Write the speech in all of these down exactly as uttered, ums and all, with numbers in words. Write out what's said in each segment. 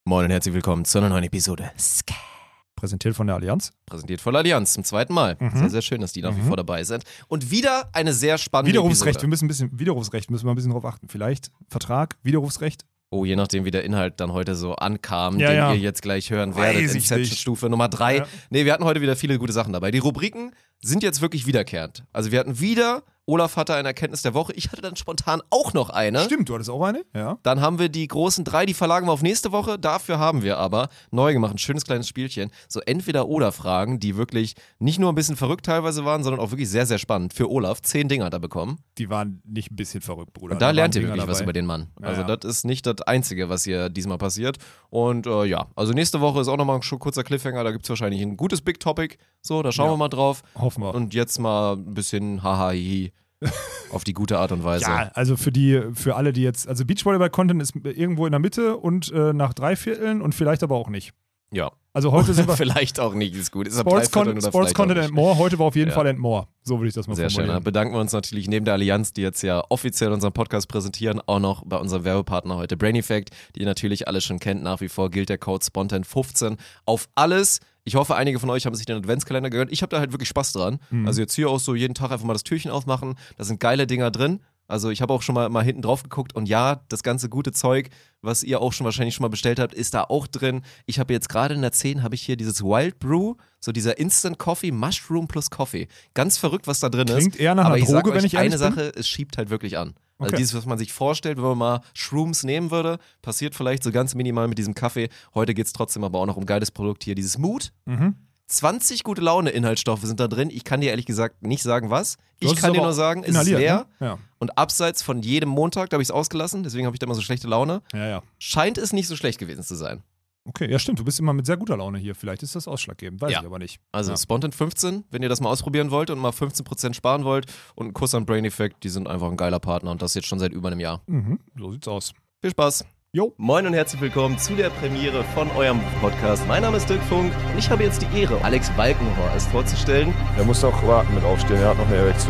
Moin und herzlich willkommen zu einer neuen Episode. Präsentiert von der Allianz. Präsentiert von der Allianz zum zweiten Mal. Mhm. Sehr, sehr schön, dass die nach wie Mhm. vor dabei sind. Und wieder eine sehr spannende Widerrufsrecht, Episode. wir müssen ein bisschen, Widerrufsrecht, müssen wir ein bisschen drauf achten. Vielleicht Vertrag, Widerrufsrecht. Oh, je nachdem, wie der Inhalt dann heute so ankam, Ja, den ja. ihr jetzt gleich hören werdet. Weiß ich Inception-Stufe Nummer drei. Ja. Nee, wir hatten heute wieder viele gute Sachen dabei. Die Rubriken sind jetzt wirklich wiederkehrend. Also wir hatten wieder, Olaf hatte eine Erkenntnis der Woche. Ich hatte dann spontan auch noch eine. Stimmt, du hattest auch eine? Ja. Dann haben wir die großen drei, die verlagern wir auf nächste Woche. Dafür haben wir aber neu gemacht, ein schönes kleines Spielchen. So Entweder-Oder-Fragen, die wirklich nicht nur ein bisschen verrückt teilweise waren, sondern auch wirklich sehr, sehr spannend. Für Olaf, zehn Dinger hat er bekommen. Die waren nicht ein bisschen verrückt, Bruder. Und da waren lernt ihr Dinger wirklich was dabei. über den Mann. Ja, Also ja. das ist nicht das Einzige, was hier diesmal passiert. Und äh, ja, also nächste Woche ist auch nochmal ein schon kurzer Cliffhanger. Da gibt es wahrscheinlich ein gutes Big Topic. So, da schauen Ja. wir mal drauf. Hoffen wir. Und jetzt mal ein bisschen haha hihi auf die gute Art und Weise. Ja, also für die, für alle, die jetzt, also Beachvolleyball-Content ist irgendwo in der Mitte und äh, nach drei Vierteln und vielleicht aber auch nicht. Ja. Also heute sind wir Vielleicht auch nicht, ist gut. Ist ab Sports, Dreivierteln Con oder Sports vielleicht auch Content nicht. and More, heute war auf jeden Ja. Fall and More. So würde ich das mal Sehr schön. Da formulieren. bedanken wir uns natürlich neben der Allianz, die jetzt ja offiziell unseren Podcast präsentieren, auch noch bei unserem Werbepartner heute Brain Effect, die ihr natürlich alle schon kennt. Nach wie vor gilt der Code Spontan fünfzehn auf alles. Ich hoffe, einige von euch haben sich den Adventskalender gehört. Ich habe da halt wirklich Spaß dran. Mhm. Also jetzt hier auch so jeden Tag einfach mal das Türchen aufmachen. Da sind geile Dinger drin. Also ich habe auch schon mal, mal hinten drauf geguckt und ja, das ganze gute Zeug, was ihr auch schon wahrscheinlich schon mal bestellt habt, ist da auch drin. Ich habe jetzt gerade in der zehn habe ich hier dieses Wild Brew, so dieser Instant Coffee, Mushroom plus Coffee. Ganz verrückt, was da drin ist. Klingt eher nach Aber einer ich sag Droge, euch, wenn ich eine ehrlich bin. Sache, es schiebt halt wirklich an. Also Okay. dieses, was man sich vorstellt, wenn man mal Shrooms nehmen würde, passiert vielleicht so ganz minimal mit diesem Kaffee. Heute geht es trotzdem aber auch noch um geiles Produkt hier, dieses Mood. Mhm. zwanzig gute Laune-Inhaltsstoffe sind da drin. Ich kann dir ehrlich gesagt nicht sagen, was. Du Ich hast es kann dir aber nur sagen, es ist inhaliert, leer. Ne? Ja. Und abseits von jedem Montag, da habe ich es ausgelassen, deswegen habe ich da immer so schlechte Laune, ja, ja. scheint es nicht so schlecht gewesen zu sein. Okay, ja stimmt, du bist immer mit sehr guter Laune hier. Vielleicht ist das ausschlaggebend, weiß Ja. ich aber nicht. Also ja. Spontan fünfzehn, wenn ihr das mal ausprobieren wollt und mal fünfzehn Prozent sparen wollt und einen Kuss an Brain Effect, die sind einfach ein geiler Partner und das jetzt schon seit über einem Jahr. Mhm, so sieht's aus. Viel Spaß. Jo. Moin und herzlich willkommen zu der Premiere von eurem Podcast. Mein Name ist Dirk Funk und ich habe jetzt die Ehre, Alex Balkenhorst vorzustellen. Er muss auch warten mit aufstehen, er hat noch eine Erektion.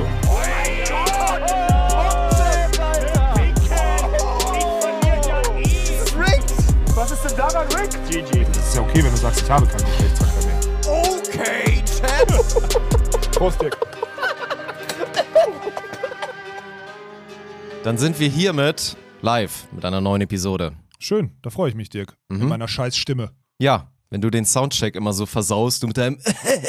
Was ist denn daran, Rick? G G. Das ist ja okay, wenn du sagst, ich habe keinen Geschlechtsverkehr mehr. Okay, Chat. Prost, Dirk. Dann sind wir hiermit live mit einer neuen Episode. Schön, da freue ich mich, Dirk. Mhm. Mit meiner scheiß Stimme. Ja, wenn du den Soundcheck immer so versaust, du mit deinem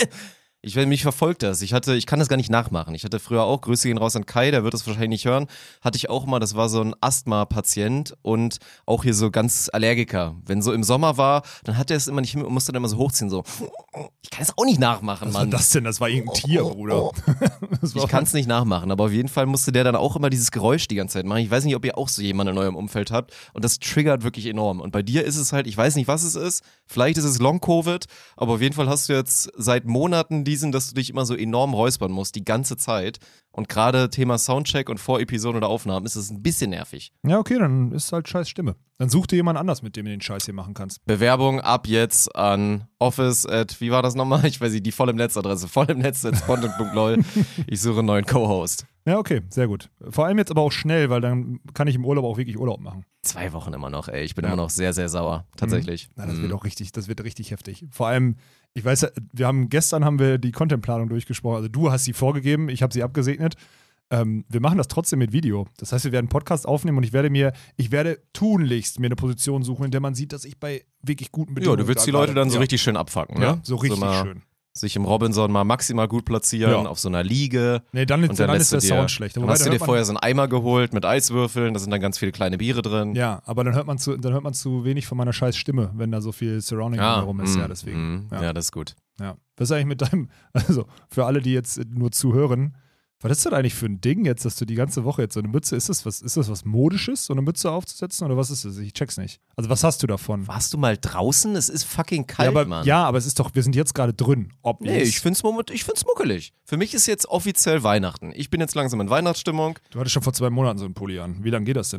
Ich will mich verfolgt das. Ich hatte, ich kann das gar nicht nachmachen. Ich hatte früher auch, Grüße gehen raus an Kai, der wird das wahrscheinlich nicht hören, hatte ich auch mal, das war so ein Asthma-Patient und auch hier so ganz Allergiker. Wenn so im Sommer war, dann hat er es immer nicht hin und musste dann immer so hochziehen, so. Ich kann es auch nicht nachmachen, Was war Mann. das denn? Das war irgendein Tier, Bruder. Das war Ich kann es nicht nachmachen, aber auf jeden Fall musste der dann auch immer dieses Geräusch die ganze Zeit machen. Ich weiß nicht, ob ihr auch so jemanden in eurem Umfeld habt und das triggert wirklich enorm. Und bei dir ist es halt, ich weiß nicht, was es ist, vielleicht ist es Long-Covid, aber auf jeden Fall hast du jetzt seit Monaten diesen, dass du dich immer so enorm räuspern musst, die ganze Zeit. Und gerade Thema Soundcheck und Vorepisoden oder Aufnahmen ist es ein bisschen nervig. Ja, okay, dann ist halt scheiß Stimme. Dann such dir jemand anders, mit dem du den Scheiß hier machen kannst. Bewerbung ab jetzt an office at, wie war das nochmal? Ich weiß nicht, die voll im Netz-Adresse, voll im Netz at spontan punkt lol. Ich suche einen neuen Co-Host. Ja, okay, sehr gut. Vor allem jetzt aber auch schnell, weil dann kann ich im Urlaub auch wirklich Urlaub machen. Zwei Wochen immer noch, ey. Ich bin Ja. immer noch sehr, sehr sauer. Tatsächlich. Na, das Mhm. wird auch richtig, das wird richtig heftig. Vor allem, ich weiß ja, wir haben gestern haben wir die Contentplanung durchgesprochen. Also du hast sie vorgegeben, ich habe sie abgesegnet. Ähm, wir machen das trotzdem mit Video. Das heißt, wir werden einen Podcast aufnehmen und ich werde mir, ich werde tunlichst mir eine Position suchen, in der man sieht, dass ich bei wirklich guten Ja, Bedingungen du willst da die Leute gerade- dann so ja. richtig schön abfacken, Ja, ne? so richtig mal schön. Sich im Robinson mal maximal gut platzieren, Ja. auf so einer Liege. Nee, dann, Und ist- dann, dann lässt ist du der dir, Sound schlecht. dann Wobei, hast du dann dir hört man- vorher so einen Eimer geholt mit Eiswürfeln, da sind dann ganz viele kleine Biere drin. Ja, aber dann hört man zu, dann hört man zu wenig von meiner scheiß Stimme, wenn da so viel Surrounding Ah, herum ist. mm, Ja, deswegen. mm, Ja. ja, das ist gut. Ja. Was ist eigentlich mit deinem, also für alle, die jetzt nur zuhören, was ist das eigentlich für ein Ding jetzt, dass du die ganze Woche jetzt so eine Mütze, ist das was, ist das was Modisches, so eine Mütze aufzusetzen oder was ist das? Ich check's nicht. Also was hast du davon? Warst du mal draußen? Es ist fucking kalt, ja, aber, Mann. ja, aber es ist doch, wir sind jetzt gerade drin. Ob Nee, ich find's, moment, ich find's muckelig. Für mich ist jetzt offiziell Weihnachten. Ich bin jetzt langsam in Weihnachtsstimmung. Du hattest schon vor zwei Monaten so einen Pulli an. Wie lange geht das denn noch?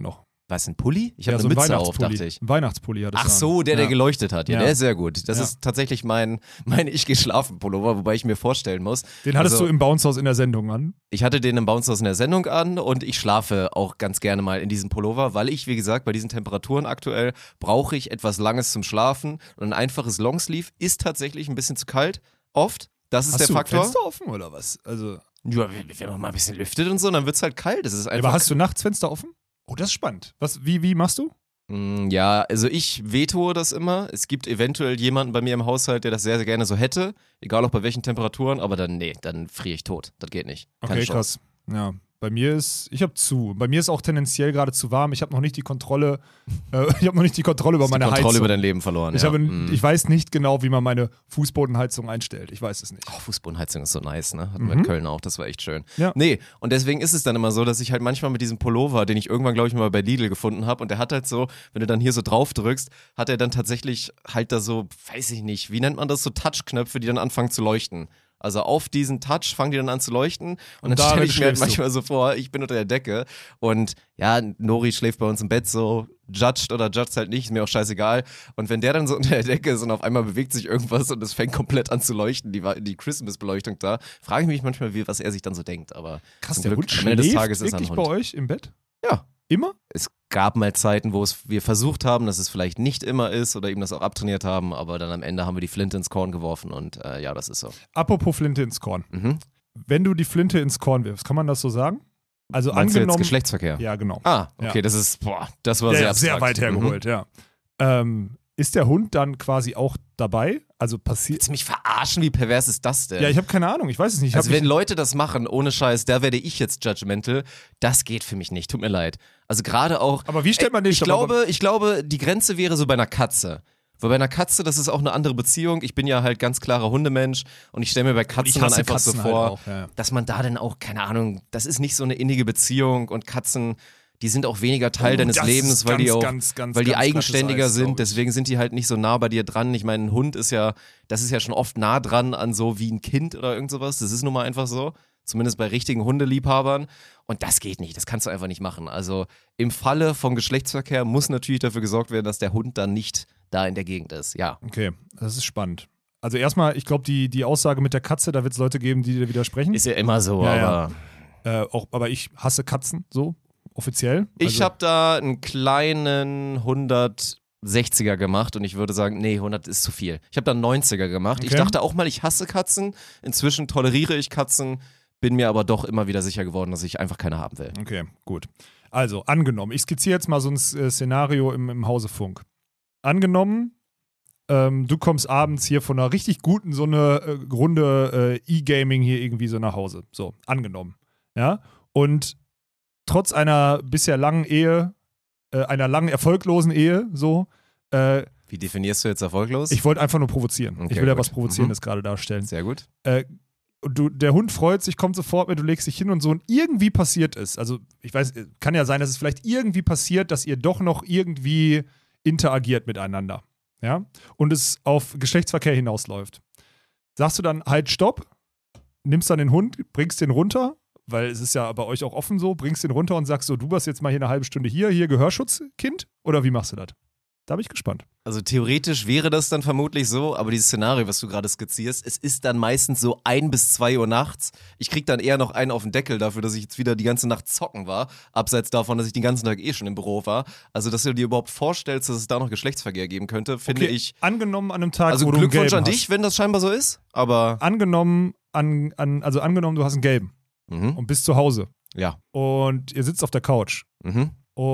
Was, ein Pulli? Ich habe Ja, eine so ein Mütze auf, Weihnachtspulli. dachte ich. Ein Weihnachtspulli hat es Ach an. so, der, der Ja. geleuchtet hat. Ja, Ja. der ist sehr gut. Das Ja. ist tatsächlich mein, mein Ich-Geh-Schlafen-Pullover, wobei ich mir vorstellen muss. Den hattest also, du im Bounce-Haus in der Sendung an. Ich hatte den im Bounce-Haus in der Sendung an und ich schlafe auch ganz gerne mal in diesem Pullover, weil ich, wie gesagt, bei diesen Temperaturen aktuell brauche ich etwas Langes zum Schlafen und ein einfaches Longsleeve ist tatsächlich ein bisschen zu kalt, oft. Das ist Hast der du Faktor. Fenster offen oder was? Also, Ja, wenn man mal ein bisschen lüftet und so, dann wird es halt kalt. Das ist einfach aber hast du nachts Fenster offen? Oh, das ist spannend. Was, wie, wie machst du? Mm, Ja, also ich vetoe das immer. Es gibt eventuell jemanden bei mir im Haushalt, der das sehr, sehr gerne so hätte. Egal auch bei welchen Temperaturen, aber dann, nee, dann friere ich tot. Das geht nicht. Keine Okay, Chance. krass. Ja, bei mir ist, ich habe zu. Bei mir ist auch tendenziell gerade zu warm. Ich habe noch nicht die Kontrolle, äh, ich habe noch nicht die Kontrolle über Hast meine die Kontrolle Heizung. über dein Leben verloren. ich, ja. habe, Mm. ich weiß nicht genau, wie man meine Fußbodenheizung einstellt. Ich weiß es nicht. Oh, Fußbodenheizung ist so nice, ne? Hatten wir Mhm. in Köln auch, das war echt schön. Ja. Nee, und deswegen ist es dann immer so, dass ich halt manchmal mit diesem Pullover, den ich irgendwann, glaube ich, mal bei Lidl gefunden habe, und der hat halt so, wenn du dann hier so drauf drückst, hat er dann tatsächlich halt da so, weiß ich nicht, wie nennt man das, so Touchknöpfe, die dann anfangen zu leuchten. Also auf diesen Touch fangen die dann an zu leuchten und, Und dann darin stelle ich mir halt schläfst du. manchmal so vor, ich bin unter der Decke und ja, Nori schläft bei uns im Bett so, judged oder judged halt nicht, ist mir auch scheißegal. Und wenn der dann so unter der Decke ist und auf einmal bewegt sich irgendwas und es fängt komplett an zu leuchten, die, die Christmas-Beleuchtung da, frage ich mich manchmal, wie, was er sich dann so denkt. Aber Krass, zum der Glück, Hund am Ende des schläft Tages ist er ein wirklich bei Hund. euch im Bett? Ja. Immer? Es gab mal Zeiten, wo es wir versucht haben, dass es vielleicht nicht immer ist oder ihm das auch abtrainiert haben, aber dann am Ende haben wir die Flinte ins Korn geworfen und äh, ja, das ist so. Apropos Flinte ins Korn. Mhm. Wenn du die Flinte ins Korn wirfst, kann man das so sagen? Also Meinst du jetzt angenommen. Geschlechtsverkehr? Ja, genau. Ah, okay, Ja. das ist, boah, das war Ja, sehr ja, abstrakt. sehr weit hergeholt, Mhm. ja. Ähm, ist der Hund dann quasi auch dabei? Also passiert. Willst du mich verarschen? Wie pervers ist das denn? Ja, ich habe keine Ahnung, ich weiß es nicht. Ich Also hab wenn nicht Leute das machen, ohne Scheiß, da werde ich jetzt judgmental. Das geht für mich nicht, tut mir leid. Also gerade auch, aber wie stellt man den ich Stopp- glaube, ich glaube, die Grenze wäre so bei einer Katze. Weil bei einer Katze, das ist auch eine andere Beziehung. Ich bin ja halt ganz klarer Hundemensch und ich stelle mir bei Katzen ich dann hasse einfach Katzen so halt vor, auch, ja. dass man da dann auch, keine Ahnung, das ist nicht so eine innige Beziehung und Katzen, die sind auch weniger Teil Oh, deines das Lebens, ist weil die ganz, auch, ganz, ganz, weil die ganz eigenständiger glattes Eis, glaub sind, ich. deswegen sind die halt nicht so nah bei dir dran. Ich meine, ein Hund ist ja, das ist ja schon oft nah dran an so wie ein Kind oder irgend sowas. Das ist nun mal einfach so. Zumindest bei richtigen Hundeliebhabern. Und das geht nicht, das kannst du einfach nicht machen. Also im Falle vom Geschlechtsverkehr muss natürlich dafür gesorgt werden, dass der Hund dann nicht da in der Gegend ist. Ja. Okay, das ist spannend. Also erstmal, ich glaube, die, die Aussage mit der Katze, da wird es Leute geben, die dir widersprechen. Ist ja immer so, Ja, aber. ja. Äh, auch, aber ich hasse Katzen, so offiziell. Ich Also- habe da einen kleinen hundertsechziger gemacht und ich würde sagen, nee, hundert ist zu viel. Ich habe da einen neunziger gemacht. Ich Okay. dachte auch mal, ich hasse Katzen. Inzwischen toleriere ich Katzen, bin mir aber doch immer wieder sicher geworden, dass ich einfach keine haben will. Okay, gut. Also, angenommen, ich skizziere jetzt mal so ein äh, Szenario im, im Hause Funk. Angenommen, ähm, du kommst abends hier von einer richtig guten, so eine äh, Runde äh, E-Gaming hier irgendwie so nach Hause. So, angenommen. Ja, und trotz einer bisher langen Ehe, äh, einer langen, erfolglosen Ehe, so, äh, Wie definierst du jetzt erfolglos? ich wollte einfach nur provozieren. Okay, ich will ja gut. was Provozierendes Mhm. gerade darstellen. Sehr gut. Äh, und du, der Hund freut sich, kommt sofort mit, du legst dich hin und so und irgendwie passiert es. Also ich weiß, kann ja sein, dass es vielleicht irgendwie passiert, dass ihr doch noch irgendwie interagiert miteinander. Ja? Und es auf Geschlechtsverkehr hinausläuft. Sagst du dann halt Stopp, nimmst dann den Hund, bringst den runter, weil es ist ja bei euch auch offen so, bringst den runter und sagst so, du warst jetzt mal hier eine halbe Stunde hier, hier Gehörschutz, Kind? Oder wie machst du das? Da bin ich gespannt. Also theoretisch wäre das dann vermutlich so, aber dieses Szenario, was du gerade skizzierst, es ist dann meistens so ein bis zwei Uhr nachts. Ich krieg dann eher noch einen auf den Deckel dafür, dass ich jetzt wieder die ganze Nacht zocken war, abseits davon, dass ich den ganzen Tag eh schon im Büro war. Also, dass du dir überhaupt vorstellst, dass es da noch Geschlechtsverkehr geben könnte, finde Okay, ich. angenommen an einem Tag, Also wo du einen Glückwunsch gelben an hast. dich, wenn das scheinbar so ist, aber. Angenommen, an, an, also angenommen, du hast einen gelben Mhm. und bist zu Hause Ja. und ihr sitzt auf der Couch Mhm.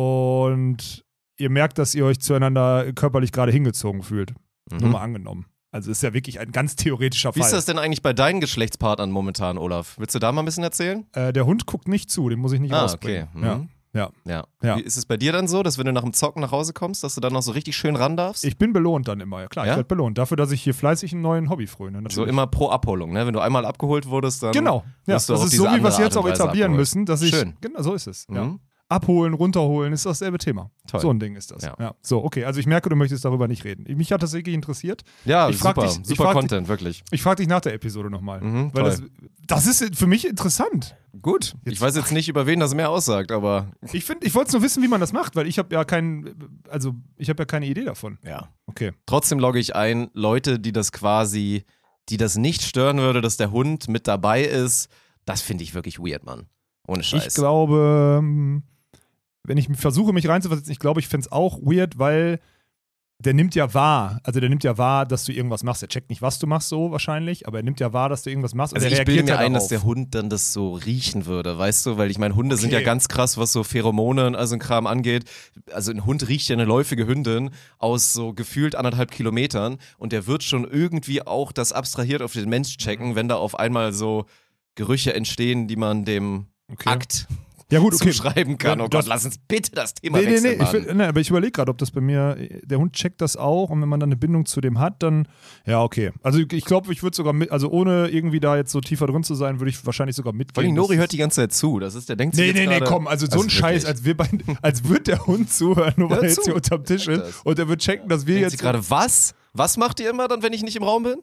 und ihr merkt, dass ihr euch zueinander körperlich gerade hingezogen fühlt. Mhm. Nur mal angenommen. Also ist ja wirklich ein ganz theoretischer Wie Fall. ist das denn eigentlich bei deinen Geschlechtspartnern momentan, Olaf? Willst du da mal ein bisschen erzählen? Äh, der Hund guckt nicht zu, den muss ich nicht Ah, rausbringen. okay. Mhm. Ja. Ja. Ja. Ja. Wie, ist es bei dir dann so, dass wenn du nach dem Zocken nach Hause kommst, dass du dann noch so richtig schön ran darfst? Ich bin belohnt dann immer, ja klar, Ja? ich werde belohnt. Dafür, dass ich hier fleißig einen neuen Hobby fröne. so Natürlich. immer pro Abholung, ne? Wenn du einmal abgeholt wurdest, dann. Genau. Ja, wirst das du auf ist diese so, wie wir es andere jetzt Art auch und Weise etablieren abgeholt. müssen, dass ich. Schön. Genau, so ist es. Ja. Mhm. abholen, runterholen, ist dasselbe Thema. Toll. So ein Ding ist das. Ja. Ja. So, okay, also ich merke, du möchtest darüber nicht reden. Mich hat das wirklich interessiert. Ja, Ich frag super, dich- ich super frag Content, wirklich. Ich frage dich nach der Episode nochmal. Mhm, weil das, toll. das ist für mich interessant. Gut, Jetzt- ich weiß jetzt nicht, über wen das mehr aussagt, aber Ich finde, ich wollte nur wissen, wie man das macht, weil ich habe ja keinen, also ich habe ja keine Idee davon. ja. Okay. Trotzdem logge ich ein, Leute, die das quasi, die das nicht stören würde, dass der Hund mit dabei ist, das finde ich wirklich weird, Mann. Ohne Scheiß. Ich glaube, ähm, wenn ich versuche, mich reinzuversetzen, ich glaube, ich fände es auch weird, weil der nimmt ja wahr, also der nimmt ja wahr, dass du irgendwas machst. Er checkt nicht, was du machst, so wahrscheinlich, aber er nimmt ja wahr, dass du irgendwas machst und Also er ich bilde reagiert mir ja ein, darauf. dass der Hund dann das so riechen würde, weißt du? Weil ich meine, Hunde sind ja Okay. ganz krass, was so Pheromone und all so ein Kram angeht. Also ein Hund riecht ja eine läufige Hündin aus so gefühlt anderthalb Kilometern und der wird schon irgendwie auch das abstrahiert auf den Mensch checken, wenn da auf einmal so Gerüche entstehen, die man dem Okay. Akt Ja gut, okay. zuschreiben kann. Ja, Oh das- Gott, lass uns bitte das Thema Nee, nee, wechseln, nee, ich, Mann. will- nee, aber ich überlege gerade, ob das bei mir, der Hund checkt das auch und wenn man dann eine Bindung zu dem hat, dann, ja, okay. Also ich glaube, ich würde sogar mit, also ohne irgendwie da jetzt so tiefer drin zu sein, würde ich wahrscheinlich sogar mitgehen. Vor allem Nori dass- hört die ganze Zeit zu. Das ist, der denkt sich Nee, jetzt nee, nee, gerade- komm, also so Also ein Scheiß, wirklich. als wir beide, als würde der Hund zuhören, nur weil Hör er jetzt zu. hier unterm Tisch Check ist das. und er wird checken, dass wir Denkt sie jetzt gerade, was? Was macht ihr immer dann, wenn ich nicht im Raum bin?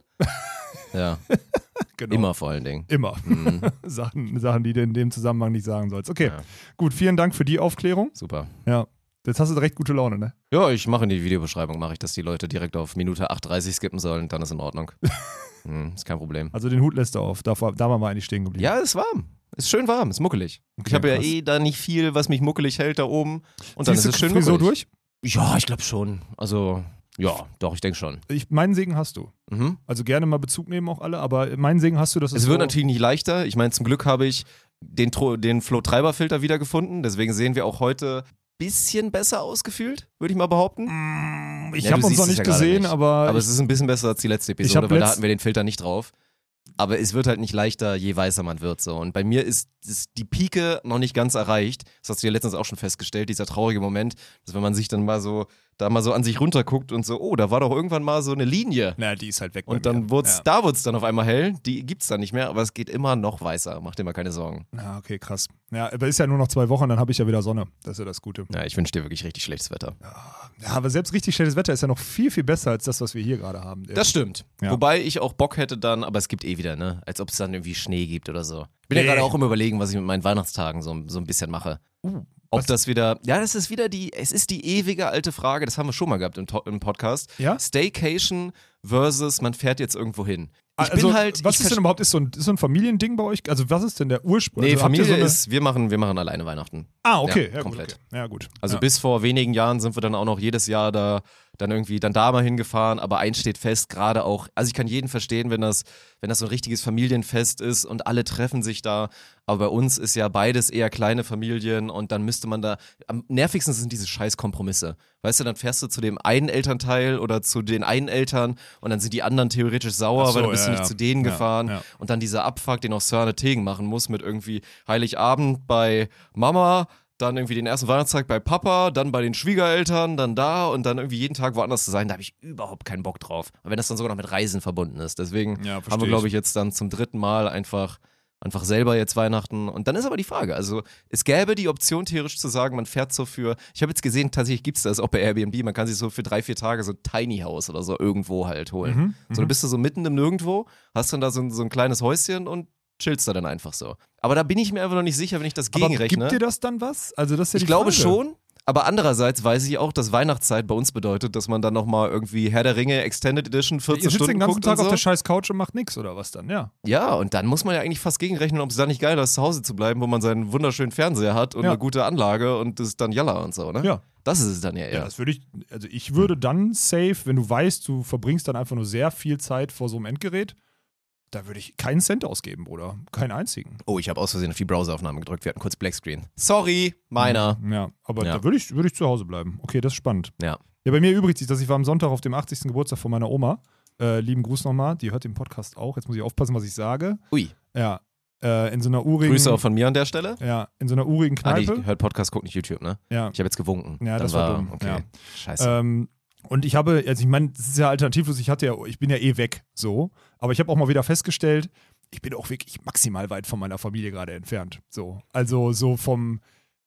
Ja, genau, immer vor allen Dingen. immer Mhm. Sachen, Sachen, die du in dem Zusammenhang nicht sagen sollst. Okay, Ja. gut, vielen Dank für die Aufklärung. Super. Ja, jetzt hast du recht gute Laune, ne? Ja, ich mache in die Videobeschreibung, mache ich, dass die Leute direkt auf Minute acht dreißig skippen sollen, dann ist in Ordnung. hm, ist kein Problem. Also den Hut lässt du auf, da, da waren wir eigentlich stehen geblieben. Ja, ist warm. Ist schön warm, ist muckelig. Okay, ich habe ja krass. eh da nicht viel, was mich muckelig hält da oben. Und dann Ziehst ist es du schön Frisur muckelig. durch? Ja, ich glaube schon. Also, ja, doch, ich denke schon. Ich, meinen Segen hast du. Mhm. Also gerne mal Bezug nehmen auch alle, aber meinen Segen hast du, das ist Es so, wird natürlich nicht leichter. Ich meine, zum Glück habe ich den, Tro- den Flow-Treiber-Filter wiedergefunden. Deswegen sehen wir auch heute ein bisschen besser ausgefühlt, würde ich mal behaupten. Mm, Ich Ja, habe du uns noch siehst es nicht ja gerade gesehen, nicht. aber, Aber ich, es ist ein bisschen besser als die letzte Ich Episode, hab weil da letzt- hatten wir den Filter nicht drauf. Aber es wird halt nicht leichter, je weißer man wird. So. Und bei mir ist, ist die Pike noch nicht ganz erreicht. Das hast du ja letztens auch schon festgestellt, dieser traurige Moment, dass wenn man sich dann mal so, da mal so an sich runterguckt und so, oh, da war doch irgendwann mal so eine Linie. na, die ist halt weg bei Und dann mir. wurd's, ja. da wurde es dann auf einmal hell. Die gibt's dann nicht mehr, aber es geht immer noch weißer. Mach dir mal keine Sorgen. Ja, okay, krass. Ja, aber ist ja nur noch zwei Wochen, dann habe ich ja wieder Sonne. Das ist ja das Gute. Ja, ich wünsche dir wirklich richtig schlechtes Wetter. Ja, aber selbst richtig schlechtes Wetter ist ja noch viel, viel besser als das, was wir hier gerade haben. Das stimmt. Ja. Wobei ich auch Bock hätte dann, aber es gibt eh wieder, ne? Als ob es dann irgendwie Schnee gibt oder so. Ich bin Nee. ja gerade auch im Überlegen, was ich mit meinen Weihnachtstagen so, so ein bisschen mache. Uh, Ob was- das wieder, ja, das ist wieder die, es ist die ewige alte Frage, das haben wir schon mal gehabt im, To- im Podcast. Ja? Staycation versus man fährt jetzt irgendwo hin. Ich also, bin halt, was ich ist denn verste- überhaupt, ist so, ein, ist so ein Familiending bei euch? Also was ist denn der Ursprung? Nee, also, habt ihr Familie so eine, ist, wir machen, wir machen alleine Weihnachten. Ah, okay. Ja, Ja, komplett. Gut, okay. Ja, gut. Also ja. bis vor wenigen Jahren sind wir dann auch noch jedes Jahr da, dann irgendwie, dann da mal hingefahren, aber eins steht fest, gerade auch, also ich kann jeden verstehen, wenn das, wenn das so ein richtiges Familienfest ist und alle treffen sich da, aber bei uns ist ja beides eher kleine Familien und dann müsste man da, am nervigsten sind diese scheiß Kompromisse. Weißt du, dann fährst du zu dem einen Elternteil oder zu den einen Eltern und dann sind die anderen theoretisch sauer, Ach so, weil dann bist ja, du nicht ja. zu denen Ja, gefahren ja. und dann dieser Abfuck, den auch Sörne Tegen machen muss mit irgendwie Heiligabend bei Mama, dann irgendwie den ersten Weihnachtstag bei Papa, dann bei den Schwiegereltern, dann da und dann irgendwie jeden Tag woanders zu sein, da habe ich überhaupt keinen Bock drauf. Und wenn das dann sogar noch mit Reisen verbunden ist. Deswegen Ja, versteh haben wir, ich. glaube ich, jetzt dann zum dritten Mal einfach, einfach selber jetzt Weihnachten. Und dann ist aber die Frage, also es gäbe die Option theoretisch zu sagen, man fährt so für, ich habe jetzt gesehen, tatsächlich gibt es das auch bei Airbnb, man kann sich so für drei, vier Tage so ein Tiny House oder so irgendwo halt holen. Mhm, So, dann bist du so mitten im Nirgendwo, hast dann da so ein, so ein kleines Häuschen und chillst da dann einfach so. Aber da bin ich mir einfach noch nicht sicher, wenn ich das Aber gegenrechne. gibt dir das dann was? Also das ist ja Ich die glaube Frage. schon, aber andererseits weiß ich auch, dass Weihnachtszeit bei uns bedeutet, dass man dann nochmal irgendwie Herr der Ringe Extended Edition vierzehn Ihr sitzt Stunden den ganzen guckt Tag und so. auf der scheiß Couch und macht nichts oder was dann? Ja. Ja, und dann muss man ja eigentlich fast gegenrechnen, ob es da nicht geiler ist, zu Hause zu bleiben, wo man seinen wunderschönen Fernseher hat und Ja. eine gute Anlage und das ist dann Jalla und so, ne? Ja. Das ist es dann ja Ja, eher. das würde ich, also ich würde dann safe, wenn du weißt, du verbringst dann einfach nur sehr viel Zeit vor so einem Endgerät, da würde ich keinen Cent ausgeben, Bruder. Keinen einzigen. Oh, ich habe aus Versehen auf die Browseraufnahme gedrückt, wir hatten kurz Blackscreen. Sorry, meiner. Ja, aber Ja. da würde ich, würde ich zu Hause bleiben. Okay, das ist spannend. Ja. Ja, bei mir übrigens sich, dass ich war am Sonntag auf dem achtzigsten Geburtstag von meiner Oma. Äh, lieben Gruß nochmal, die hört den Podcast auch. Jetzt muss ich aufpassen, was ich sage. Ui, Ja, äh, in so einer urigen, Grüße auch von mir an der Stelle. ja, in so einer urigen Ah, die Kneipe. hört Podcast, guckt nicht YouTube, ne? Ja. Ich habe jetzt gewunken. Ja, Dann das war dumm, Okay, ja. scheiße. Ähm, und ich habe, also ich meine, das ist ja alternativlos, ich hatte ja, ich bin ja eh weg, so. Aber ich habe auch mal wieder festgestellt, ich bin auch wirklich maximal weit von meiner Familie gerade entfernt. So. Also so vom,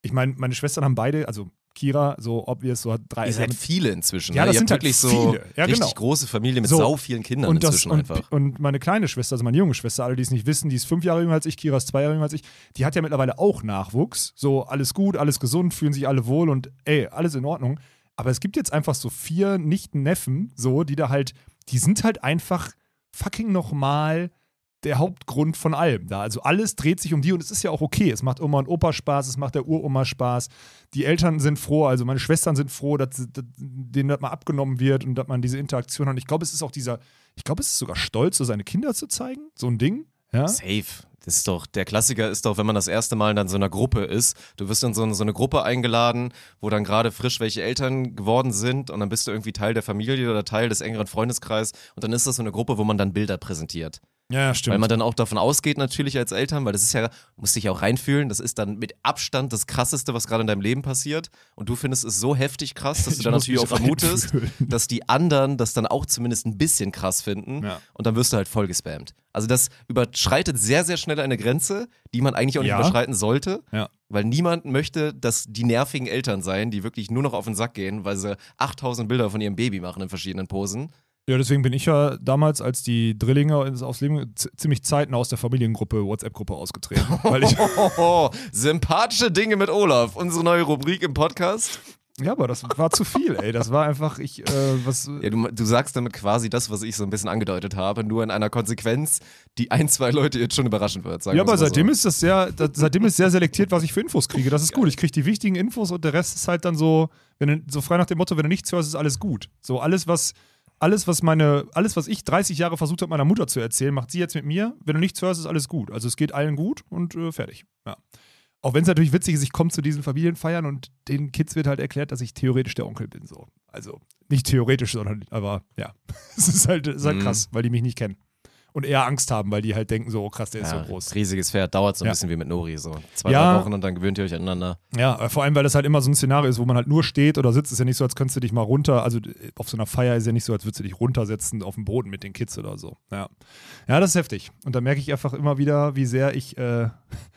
ich meine, meine Schwestern haben beide, also Kira, so obvious, so hat drei Ihr seid Eltern. viele inzwischen. Ja, ne? das Ihr sind habt halt wirklich so viele. Ja, richtig genau. große Familie mit So. sau vielen Kindern Und, das, inzwischen und, einfach. und meine kleine Schwester, also meine junge Schwester, alle, die es nicht wissen, die ist fünf Jahre jünger als ich, Kira ist zwei Jahre jünger als ich, die hat ja mittlerweile auch Nachwuchs. So, alles gut, alles gesund, fühlen sich alle wohl und ey, alles in Ordnung. Aber es gibt jetzt einfach so vier Nicht-Neffen, so, die da halt, die sind halt einfach fucking nochmal der Hauptgrund von allem da. Also alles dreht sich um die und es ist ja auch okay. Es macht Oma und Opa Spaß, es macht der Uroma Spaß. Die Eltern sind froh, also meine Schwestern sind froh, dass, dass denen das mal abgenommen wird und dass man diese Interaktion hat. Und ich glaube, es ist auch dieser, ich glaube, es ist sogar stolz, so seine Kinder zu zeigen. So ein Ding. Ja? Safe. Das ist doch, der Klassiker ist doch, wenn man das erste Mal in so einer Gruppe ist, du wirst in so eine, so eine Gruppe eingeladen, wo dann gerade frisch welche Eltern geworden sind und dann bist du irgendwie Teil der Familie oder Teil des engeren Freundeskreises und dann ist das so eine Gruppe, wo man dann Bilder präsentiert. Ja, stimmt. Weil man dann auch davon ausgeht natürlich als Eltern, weil das ist ja, musst dich auch reinfühlen, das ist dann mit Abstand das Krasseste, was gerade in deinem Leben passiert und du findest es so heftig krass, dass du Ich dann muss natürlich mich auch vermutest, reinfühlen. dass die anderen das dann auch zumindest ein bisschen krass finden Ja. und dann wirst du halt voll gespammt. Also das überschreitet sehr, sehr schnell eine Grenze, die man eigentlich auch nicht Ja. überschreiten sollte, Ja. weil niemand möchte, dass die nervigen Eltern sein, die wirklich nur noch auf den Sack gehen, weil sie achttausend Bilder von ihrem Baby machen in verschiedenen Posen. Ja, deswegen bin ich ja damals, als die Drillinge aufs Leben, z- ziemlich zeitnah aus der Familiengruppe, WhatsApp-Gruppe ausgetreten. Weil ich, Oh, sympathische Dinge mit Olaf, unsere neue Rubrik im Podcast. ja, aber das war zu viel, ey. Das war einfach, ich, äh, was. Ja, du, du sagst damit quasi das, was ich so ein bisschen angedeutet habe, nur in einer Konsequenz, die ein, zwei Leute jetzt schon überraschen wird. Sagen Ja, wir's aber mal seitdem so. ist das sehr, das, seitdem ist sehr selektiert, was ich für Infos kriege. Das ist gut. Ich kriege die wichtigen Infos und der Rest ist halt dann so, wenn du, so frei nach dem Motto, wenn du nichts hörst, ist alles gut. So alles, was, alles, was meine, alles, was ich dreißig Jahre versucht habe, meiner Mutter zu erzählen, macht sie jetzt mit mir. Wenn du nichts hörst, ist alles gut. Also es geht allen gut und äh, fertig. Ja. Auch wenn es natürlich witzig ist, ich komme zu diesen Familienfeiern und den Kids wird halt erklärt, dass ich theoretisch der Onkel bin. So. Also nicht theoretisch, sondern aber ja. Es ist halt, es ist halt Mhm. krass, weil die mich nicht kennen. Und eher Angst haben, weil die halt denken, so, oh krass, der ist Ja, so groß. riesiges Pferd, dauert so ein Ja. bisschen wie mit Nori. So zwei, Ja. drei Wochen und dann gewöhnt ihr euch aneinander. Ja, äh, vor allem, weil das halt immer so ein Szenario ist, wo man halt nur steht oder sitzt. Ist ja nicht so, als könntest du dich mal runter, also äh, auf so einer Feier ist ja nicht so, als würdest du dich runtersetzen auf dem Boden mit den Kids oder so. Ja, ja, das ist heftig. Und da merke ich einfach immer wieder, wie sehr ich, äh,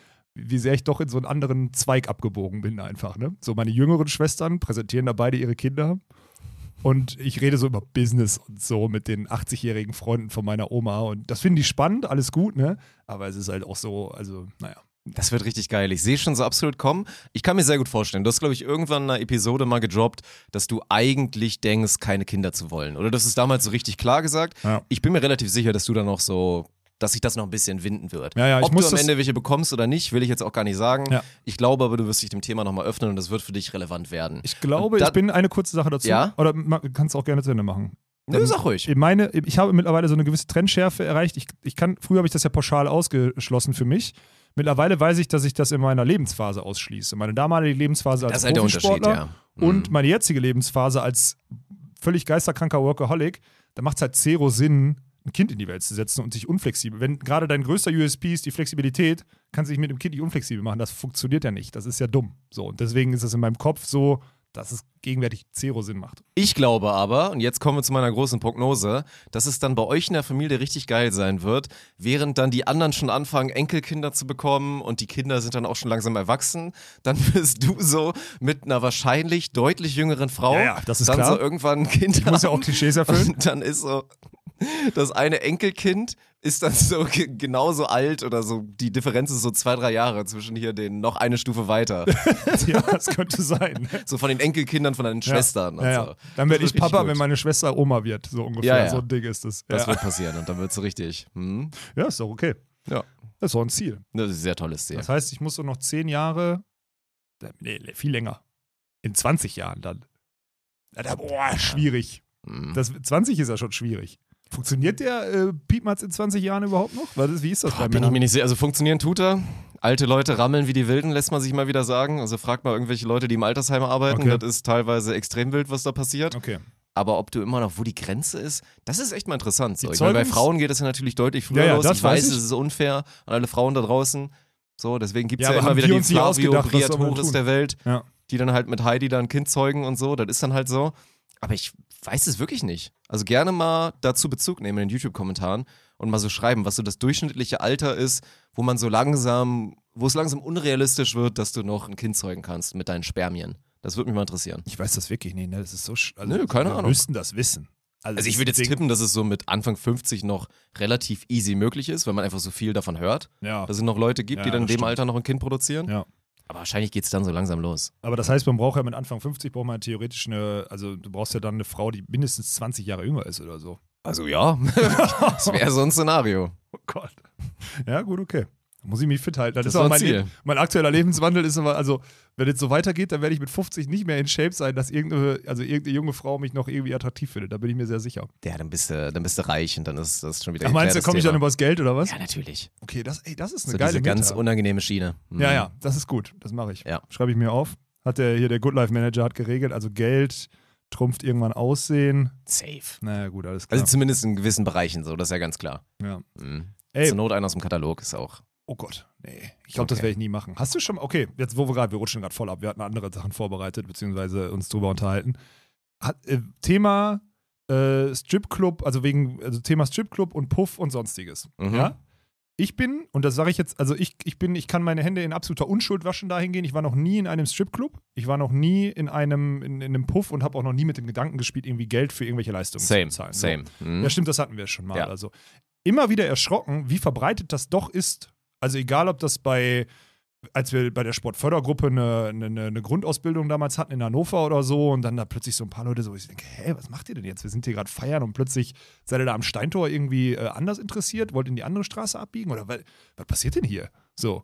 wie sehr ich doch in so einen anderen Zweig abgebogen bin einfach. Ne? So meine jüngeren Schwestern präsentieren da beide ihre Kinder. Und ich rede so über Business und so mit den achtzigjährigen Freunden von meiner Oma. Und das finden die spannend, alles gut, ne? Aber es ist halt auch so, also, naja. Das wird richtig geil. Ich sehe schon so absolut kommen. Ich kann mir sehr gut vorstellen. Du hast, glaube ich, irgendwann in einer Episode mal gedroppt, dass du eigentlich denkst, keine Kinder zu wollen. Oder das ist damals so richtig klar gesagt. Ja. Ich bin mir relativ sicher, dass du dann noch so, dass sich das noch ein bisschen winden wird. Ja, ja, ich Ob muss du am das- Ende welche bekommst oder nicht, will ich jetzt auch gar nicht sagen. Ja. Ich glaube aber, du wirst dich dem Thema nochmal öffnen und das wird für dich relevant werden. Ich glaube, Und da- ich bin eine kurze Sache dazu. Ja? Oder ma- kannst du auch gerne zu Ende machen. Nö, sag ruhig. Ich meine, ich habe mittlerweile so eine gewisse Trendschärfe erreicht. Ich, ich kann, früher habe ich das ja pauschal ausgeschlossen für mich. Mittlerweile weiß ich, dass ich das in meiner Lebensphase ausschließe. Meine damalige Lebensphase als Das ist halt der Unterschied, Profisportler ja. Mhm. und meine jetzige Lebensphase als völlig geisterkranker Workaholic. Da macht es halt zero Sinn, ein Kind in die Welt zu setzen und sich unflexibel. Wenn gerade dein größter U S P ist die Flexibilität, kannst du dich mit dem Kind nicht unflexibel machen. Das funktioniert ja nicht. Das ist ja dumm. So, und deswegen ist es in meinem Kopf so, dass es gegenwärtig zero Sinn macht. Ich glaube aber, und jetzt kommen wir zu meiner großen Prognose, dass es dann bei euch in der Familie richtig geil sein wird, während dann die anderen schon anfangen, Enkelkinder zu bekommen und die Kinder sind dann auch schon langsam erwachsen, dann wirst du so mit einer wahrscheinlich deutlich jüngeren Frau Ja, ja, das ist dann klar. so irgendwann ein Kind Ich muss ja haben. auch Klischees erfüllen. Und dann ist so, das eine Enkelkind ist dann so ge- genauso alt oder so, die Differenz ist so zwei, drei Jahre zwischen hier den noch eine Stufe weiter. Ja, das könnte sein. So von den Enkelkindern von deinen Schwestern Ja, und ja, ja. so. Dann werde Das ich wird richtig Papa, gut. wenn meine Schwester Oma wird, so ungefähr. Ja, ja. So ein Ding ist das. Das Ja. wird passieren und dann wird es richtig. Hm? ja, ist doch okay. Ja. Das ist doch ein Ziel. Das ist ein sehr tolles Ziel. Das heißt, ich muss so noch zehn Jahre, nee, viel länger, in zwanzig Jahren dann. Ja, da, boah, schwierig. Hm. Das, zwanzig ist ja schon schwierig. Funktioniert der äh, Piepmatz in zwanzig Jahren überhaupt noch? Was ist, wie ist das Boah, bei bin ich mir? mir nicht sicher. Also funktionieren tut er. Alte Leute rammeln wie die Wilden, lässt man sich mal wieder sagen. Also fragt mal irgendwelche Leute, die im Altersheim arbeiten. Okay. Das ist teilweise extrem wild, was da passiert. Okay. Aber ob du immer noch, wo die Grenze ist, das ist echt mal interessant. So. Die Ich meine, bei Zeugungs- Frauen geht es ja natürlich deutlich früher Ja, ja, los. das Ich weiß, weiß ich. es ist unfair an alle Frauen da draußen. So, deswegen gibt es Ja, ja, aber immer haben wieder wir die uns nicht Flavio ausgedacht, was soll man Briatoris tun? der Welt, Ja. die dann halt mit Heidi dann ein Kind zeugen und so. Das ist dann halt so. Aber ich weiß es wirklich nicht. Also gerne mal dazu Bezug nehmen in den YouTube-Kommentaren und mal so schreiben, was so das durchschnittliche Alter ist, wo man so langsam wo es langsam unrealistisch wird, dass du noch ein Kind zeugen kannst mit deinen Spermien? Das würde mich mal interessieren. Ich weiß das wirklich nicht, ne? Das ist so. sch- Also, Nö, keine wir Ahnung. müssten das wissen. Also ich würde jetzt Ding- tippen, dass es so mit Anfang fünfzig noch relativ easy möglich ist, weil man einfach so viel davon hört, Ja. dass es noch Leute gibt, Ja, die dann in das dem stimmt. Alter noch ein Kind produzieren. Ja. Aber wahrscheinlich geht es dann so langsam los. Aber das heißt, man braucht ja mit Anfang fünfzig, braucht man theoretisch eine, also du brauchst ja dann eine Frau, die mindestens zwanzig Jahre jünger ist oder so. Also ja, das wäre so ein Szenario. Oh Gott. Ja, gut, okay. Da muss ich mich fit halten. Das, Das ist auch war mein, Ziel. Leben, mein aktueller Lebenswandel ist aber, also, wenn es so weitergeht, dann werde ich mit fünfzig nicht mehr in Shape sein, dass irgendeine, also irgendeine junge Frau mich noch irgendwie attraktiv findet. Da bin ich mir sehr sicher. Ja, dann bist du, dann bist du reich und dann ist das schon wieder Ach, meinst du, geklärtes komme ich dann Thema. übers Geld oder was? Ja, natürlich. Okay, das, ey, das ist eine So geile diese ganz Meta. unangenehme Schiene. Mhm. Ja, ja, das ist gut. Das mache ich. Ja. Schreibe ich mir auf. Hat der hier, der Good Life Manager hat geregelt, also Geld trumpft irgendwann Aussehen. Safe. Naja, gut, alles klar. Also zumindest in gewissen Bereichen so, das ist ja ganz klar. ja. Mhm. Ey, Zur Not einer aus dem Katalog ist auch. oh Gott, nee. Ich glaube, das Okay. werde ich nie machen. Hast du schon mal, okay, jetzt wo wir gerade, wir rutschen gerade voll ab, wir hatten andere Sachen vorbereitet, beziehungsweise uns drüber unterhalten. Hat, äh, Thema äh, Stripclub, also wegen, also Thema Stripclub und Puff und sonstiges. Mhm. Ja? Ich bin, und das sage ich jetzt, also ich, ich bin, ich kann meine Hände in absoluter Unschuld waschen dahingehen. Ich war noch nie in einem Stripclub, ich war noch nie in einem, in, in einem Puff und habe auch noch nie mit dem Gedanken gespielt, irgendwie Geld für irgendwelche Leistungen Same, zu zahlen. same. Mhm. Ja, stimmt, das hatten wir schon mal. Ja. Also immer wieder erschrocken, wie verbreitet das doch ist. Also egal, ob das bei, als wir bei der Sportfördergruppe eine, eine, eine Grundausbildung damals hatten in Hannover oder so und dann da plötzlich so ein paar Leute so, ich denke, hä, was macht ihr denn jetzt? Wir sind hier gerade feiern und plötzlich seid ihr da am Steintor irgendwie äh, anders interessiert, wollt in die andere Straße abbiegen oder was, was passiert denn hier? So.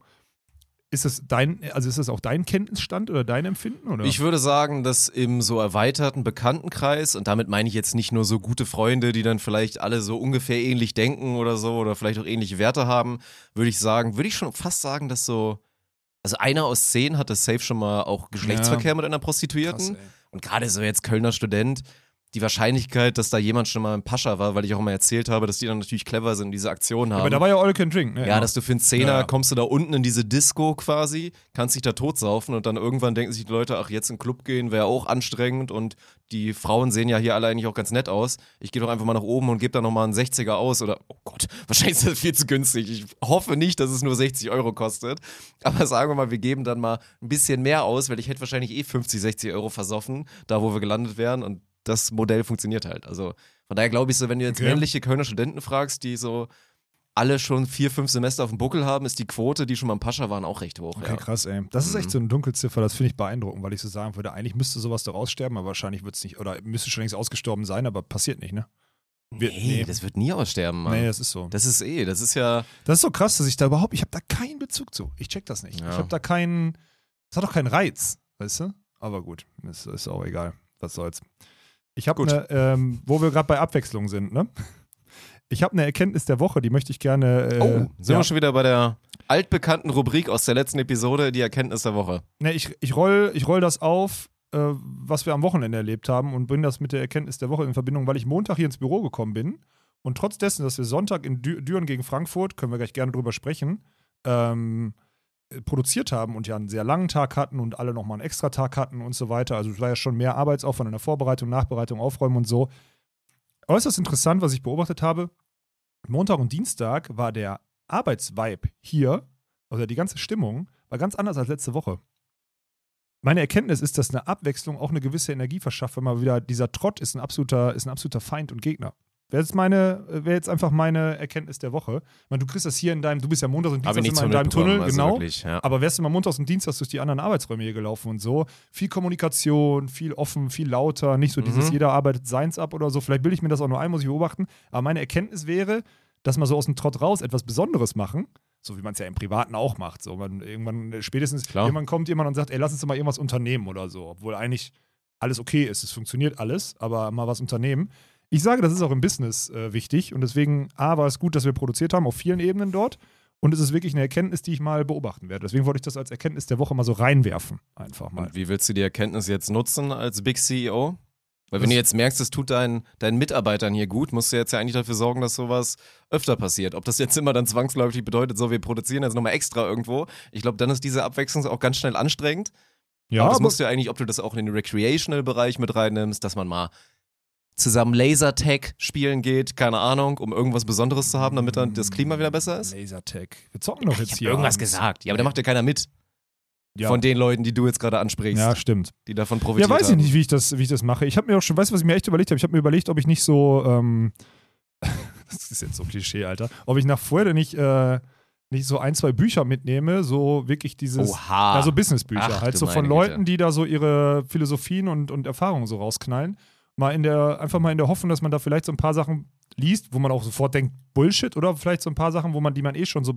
Ist das dein, also ist das auch dein Kenntnisstand oder dein Empfinden? Oder? Ich würde sagen, dass im so erweiterten Bekanntenkreis, und damit meine ich jetzt nicht nur so gute Freunde, die dann vielleicht alle so ungefähr ähnlich denken oder so oder vielleicht auch ähnliche Werte haben, würde ich sagen, würde ich schon fast sagen, dass so, also einer aus zehn hatte safe schon mal auch Geschlechtsverkehr Ja. mit einer Prostituierten. Krass, ey. Und gerade so jetzt Kölner Student, die Wahrscheinlichkeit, dass da jemand schon mal ein Pascha war, weil ich auch immer erzählt habe, dass die dann natürlich clever sind und diese Aktionen haben. Aber da war ja All You Can Drink, ne? Ja, dass du für einen Zehner Ja, ja. kommst du da unten in diese Disco quasi, kannst dich da totsaufen und dann irgendwann denken sich die Leute, ach, jetzt in den Club gehen wäre auch anstrengend und die Frauen sehen ja hier alle eigentlich auch ganz nett aus. Ich gehe doch einfach mal nach oben und gebe da nochmal einen sechziger aus oder, oh Gott, wahrscheinlich ist das viel zu günstig. Ich hoffe nicht, dass es nur sechzig Euro kostet. Aber sagen wir mal, wir geben dann mal ein bisschen mehr aus, weil ich hätte wahrscheinlich eh fünfzig, sechzig Euro versoffen, da wo wir gelandet wären und das Modell funktioniert halt. Also von daher glaube ich so, wenn du jetzt Okay. männliche Kölner Studenten fragst, die so alle schon vier, fünf Semester auf dem Buckel haben, ist die Quote, die schon mal im Pascha waren, auch recht hoch. Okay, Ja. krass, ey. Das ist Mhm. echt so eine Dunkelziffer, das finde ich beeindruckend, weil ich so sagen würde, eigentlich müsste sowas doch aussterben, aber wahrscheinlich wird es nicht, oder müsste schon längst ausgestorben sein, aber passiert nicht, ne? Wir- Nee, nee. das wird nie aussterben, Mann. Nee, das ist so. Das ist eh, das ist ja, Das ist so krass, dass ich da überhaupt, ich habe da keinen Bezug zu. Ich check das nicht. Ja. Ich habe da keinen, das hat doch keinen Reiz, weißt du? Aber gut, ist, ist auch egal. Was soll's. Ich habe Gut. eine, ähm, wo wir gerade bei Abwechslung sind, ne? Ich habe eine Erkenntnis der Woche, die möchte ich gerne. Äh, oh, sind ja. wir schon wieder bei der altbekannten Rubrik aus der letzten Episode, die Erkenntnis der Woche. Ne, ich, ich roll, ich roll das auf, äh, was wir am Wochenende erlebt haben und bringe das mit der Erkenntnis der Woche in Verbindung, weil ich Montag hier ins Büro gekommen bin und trotz dessen, dass wir Sonntag in Dü Düren gegen Frankfurt, können wir gleich gerne drüber sprechen, ähm, äh, produziert haben und ja einen sehr langen Tag hatten und alle nochmal einen extra Tag hatten und so weiter. Also es war ja schon mehr Arbeitsaufwand in der Vorbereitung, Nachbereitung, Aufräumen und so. Äußerst interessant, was ich beobachtet habe. Montag und Dienstag war der Arbeitsvibe hier, also die ganze Stimmung, war ganz anders als letzte Woche. Meine Erkenntnis ist, dass eine Abwechslung auch eine gewisse Energie verschafft, wenn mal wieder dieser Trott ist ein absoluter, ist ein absoluter Feind und Gegner. Wäre jetzt, meine, wäre jetzt einfach meine Erkenntnis der Woche. Ich meine, du kriegst das hier in deinem, du bist ja montags und Habe ich dienstags nichts immer in von deinem mitbekommen, Tunnel, also genau. wirklich, ja. Aber wärst du mal montags und dienstags durch die anderen Arbeitsräume hier gelaufen und so, viel Kommunikation, viel offen, viel lauter, nicht so dieses, Mhm. jeder arbeitet seins ab oder so. Vielleicht bilde ich mir das auch nur ein, muss ich beobachten. Aber meine Erkenntnis wäre, dass man so aus dem Trott raus etwas Besonderes machen, so wie man es ja im Privaten auch macht. So, man irgendwann spätestens, Klar. irgendwann kommt jemand und sagt, ey, lass uns doch mal irgendwas unternehmen oder so, obwohl eigentlich alles okay ist, es funktioniert alles, aber mal was unternehmen. Ich sage, das ist auch im Business äh, wichtig und deswegen, A, war es gut, dass wir produziert haben auf vielen Ebenen dort und es ist wirklich eine Erkenntnis, die ich mal beobachten werde. Deswegen wollte ich das als Erkenntnis der Woche mal so reinwerfen, einfach mal. Und wie willst du die Erkenntnis jetzt nutzen als Big C E O? Weil wenn du jetzt merkst, es tut deinen, deinen Mitarbeitern hier gut, musst du jetzt ja eigentlich dafür sorgen, dass sowas öfter passiert. Ob das jetzt immer dann zwangsläufig bedeutet, so wir produzieren jetzt nochmal extra irgendwo. Ich glaube, dann ist diese Abwechslung auch ganz schnell anstrengend. Ja, aber das aber musst du ja eigentlich, ob du das auch in den Recreational-Bereich mit reinnimmst, dass man mal zusammen Lasertag spielen geht, keine Ahnung, um irgendwas Besonderes zu haben, damit dann das Klima wieder besser ist? Lasertag. Wir zocken doch jetzt Ich hab hier. irgendwas abends. gesagt. Ja, aber da macht ja keiner mit. Ja. Von den Leuten, die du jetzt gerade ansprichst, Ja, stimmt. die davon profitiert Ja, weiß ich haben. nicht, wie ich das, wie ich das mache. Ich habe mir auch schon, weißt du, was ich mir echt überlegt habe? Ich habe mir überlegt, ob ich nicht so, ähm, das ist jetzt so Klischee, Alter, ob ich nach Freude nicht, äh, nicht so ein, zwei Bücher mitnehme, so wirklich dieses, Oha. ja, so Businessbücher, Ach, halt du so von meine Leuten, Güte. die da so ihre Philosophien und, und Erfahrungen so rausknallen. Mal in der, einfach mal in der Hoffnung, dass man da vielleicht so ein paar Sachen liest, wo man auch sofort denkt, Bullshit, oder vielleicht so ein paar Sachen, wo man, die man eh schon so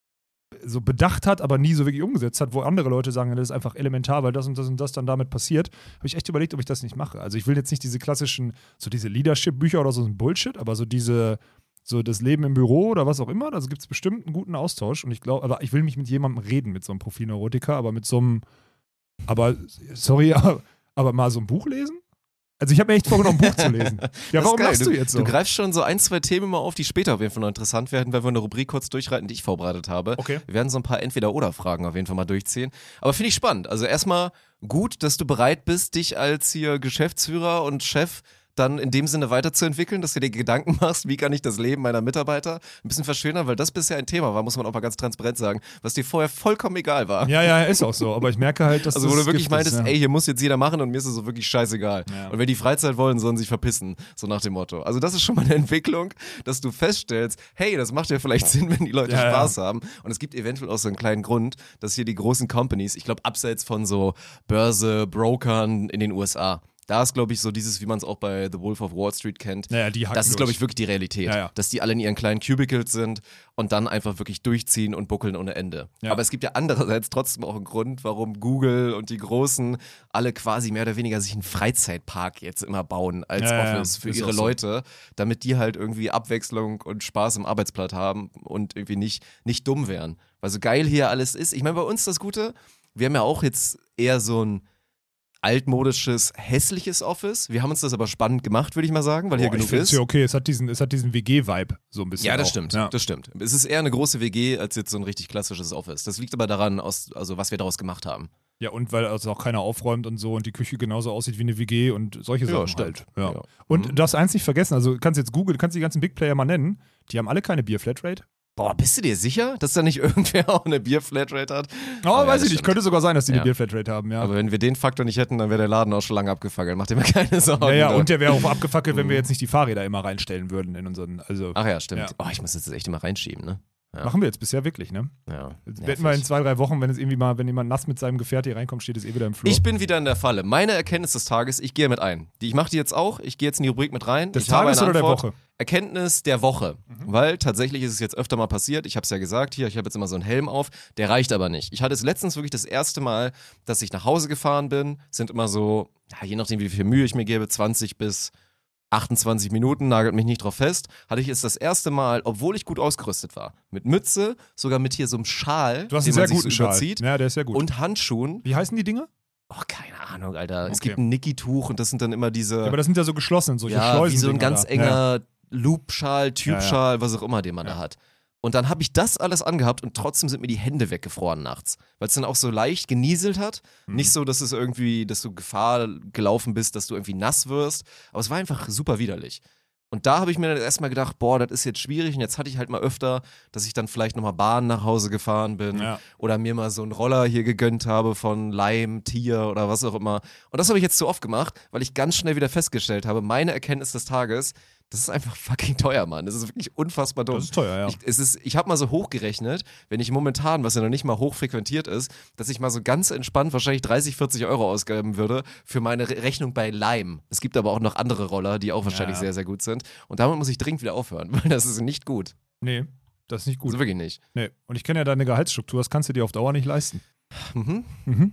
so bedacht hat, aber nie so wirklich umgesetzt hat, wo andere Leute sagen, das ist einfach elementar, weil das und das und das dann damit passiert, habe ich echt überlegt, ob ich das nicht mache. Also ich will jetzt nicht diese klassischen, so diese Leadership-Bücher oder so ein Bullshit, aber so diese, so das Leben im Büro oder was auch immer, da gibt es bestimmt einen guten Austausch und ich glaube, aber ich will mich mit jemandem reden, mit so einem Profilneurotiker, aber mit so einem, aber, sorry, aber, aber mal so ein Buch lesen? Also ich habe mir echt vorgenommen, ein Buch zu lesen. Ja, Das ist warum geil. machst du jetzt so? Du greifst schon so ein, zwei Themen mal auf, die später auf jeden Fall noch interessant werden, weil wir eine Rubrik kurz durchreiten, die ich vorbereitet habe. Okay. Wir werden so ein paar Entweder-Oder-Fragen auf jeden Fall mal durchziehen. Aber finde ich spannend. Also erstmal gut, dass du bereit bist, dich als hier Geschäftsführer und Chef dann in dem Sinne weiterzuentwickeln, dass du dir Gedanken machst, wie kann ich das Leben meiner Mitarbeiter ein bisschen verschönern, weil das bisher ein Thema war, muss man auch mal ganz transparent sagen, was dir vorher vollkommen egal war. Ja, ja, ist auch so, aber ich merke halt, dass Also das wo du wirklich Gift ist, meintest, ja. ey, hier muss jetzt jeder machen und mir ist es so wirklich scheißegal. Ja. Und wenn die Freizeit wollen, sollen sie sich verpissen, so nach dem Motto. Also das ist schon mal eine Entwicklung, dass du feststellst, hey, das macht ja vielleicht Sinn, wenn die Leute Ja, ja. Spaß haben. Und es gibt eventuell auch so einen kleinen Grund, dass hier die großen Companies, ich glaube abseits von so Börse, Brokern in den U S A, da ist, glaube ich, so dieses, wie man es auch bei The Wolf of Wall Street kennt. Naja, die hacken Das ist, glaube durch. ich, wirklich die Realität. Ja, ja. Dass die alle in ihren kleinen Cubicles sind und dann einfach wirklich durchziehen und buckeln ohne Ende. Ja. Aber es gibt ja andererseits trotzdem auch einen Grund, warum Google und die Großen alle quasi mehr oder weniger sich einen Freizeitpark jetzt immer bauen als Ja, ja, Office für ist ihre auch so. Leute, damit die halt irgendwie Abwechslung und Spaß im Arbeitsplatz haben und irgendwie nicht, nicht dumm wären. Weil so geil hier alles ist. Ich meine, bei uns das Gute, wir haben ja auch jetzt eher so ein altmodisches, hässliches Office. Wir haben uns das aber spannend gemacht, würde ich mal sagen, weil hier Boah, ich genug find's ist. ja okay, es hat diesen, es hat diesen W G-Vibe so ein bisschen. Ja, das auch. stimmt. Ja. Das stimmt. Es ist eher eine große W G als jetzt so ein richtig klassisches Office. Das liegt aber daran, aus, also was wir daraus gemacht haben. Ja, und weil also auch keiner aufräumt und so und die Küche genauso aussieht wie eine W G und solche Ja, Sachen stimmt. halt. Ja. Ja. Und Mhm. du darfst eins nicht vergessen, also du kannst jetzt Google, du kannst die ganzen Big Player mal nennen, die haben alle keine Bier-Flatrate. Boah, bist du dir sicher, dass da nicht irgendwer auch eine Bier-Flatrate hat? Oh, ja, weiß das ich nicht, stimmt. könnte sogar sein, dass die Ja. eine Bier-Flatrate haben, ja. Aber wenn wir den Faktor nicht hätten, dann wäre der Laden auch schon lange abgefackelt. Mach dir mal keine Sorgen. ja, ja, da. und der wäre auch abgefackelt, wenn wir jetzt nicht die Fahrräder immer reinstellen würden in unseren, also Ach ja, stimmt. Ja. Oh, ich muss jetzt echt immer reinschieben, ne? Ja. machen wir jetzt bisher wirklich, ne? Ja. Jetzt Nervig. wetten wir in zwei, drei Wochen, wenn es irgendwie mal, wenn jemand nass mit seinem Gefährt hier reinkommt, steht es eh wieder im Flur. Ich bin wieder in der Falle. Meine Erkenntnis des Tages, ich gehe mit ein. Die, ich mache die jetzt auch. Ich gehe jetzt in die Rubrik mit rein. Des ich habe Tages eine oder der Antwort. Woche? Erkenntnis der Woche. Weil tatsächlich ist es jetzt öfter mal passiert. Ich habe es ja gesagt, hier, ich habe jetzt immer so einen Helm auf. Der reicht aber nicht. Ich hatte es letztens wirklich das erste Mal, dass ich nach Hause gefahren bin. Sind immer so, ja, je nachdem, wie viel Mühe ich mir gebe, zwanzig bis achtundzwanzig Minuten, nagelt mich nicht drauf fest, hatte ich es das erste Mal, obwohl ich gut ausgerüstet war. Mit Mütze, sogar mit hier so einem Schal, Du hast den einen sehr man sich guten so Schal. überzieht. Ja, der ist sehr gut. Und Handschuhen. Wie heißen die Dinger? Oh, keine Ahnung, Alter. Es Okay. gibt ein Niki-Tuch und das sind dann immer diese, Ja, aber das sind ja so geschlossen, solche ja, Schleusen. wie so ein ganz enger Loop-Schal, Tube-Schal, Ja, ja. was auch immer, den man Ja. da hat. Und dann habe ich das alles angehabt und trotzdem sind mir die Hände weggefroren nachts. Weil es dann auch so leicht genieselt hat. Mhm. Nicht so, dass es irgendwie, dass du Gefahr gelaufen bist, dass du irgendwie nass wirst. Aber es war einfach super widerlich. Und da habe ich mir dann erstmal gedacht, boah, das ist jetzt schwierig. Und jetzt hatte ich halt mal öfter, dass ich dann vielleicht nochmal Bahn nach Hause gefahren bin. Ja. Oder mir mal so einen Roller hier gegönnt habe von Leim, Tier oder was auch immer. Und das habe ich jetzt zu oft gemacht, weil ich ganz schnell wieder festgestellt habe, meine Erkenntnis des Tages, das ist einfach fucking teuer, Mann. Das ist wirklich unfassbar dumm. Das ist teuer, ja. Ich, es ist, ich habe mal so hochgerechnet, wenn ich momentan, was ja noch nicht mal hoch frequentiert ist, dass ich mal so ganz entspannt wahrscheinlich dreißig, vierzig Euro ausgeben würde für meine Re Rechnung bei Lime. Es gibt aber auch noch andere Roller, die auch wahrscheinlich Ja. sehr, sehr gut sind. Und damit muss ich dringend wieder aufhören, weil das ist nicht gut. Nee, das ist nicht gut. Also wirklich nicht. Nee. Und ich kenne ja deine Gehaltsstruktur, das kannst du dir auf Dauer nicht leisten. Mhm. Mhm.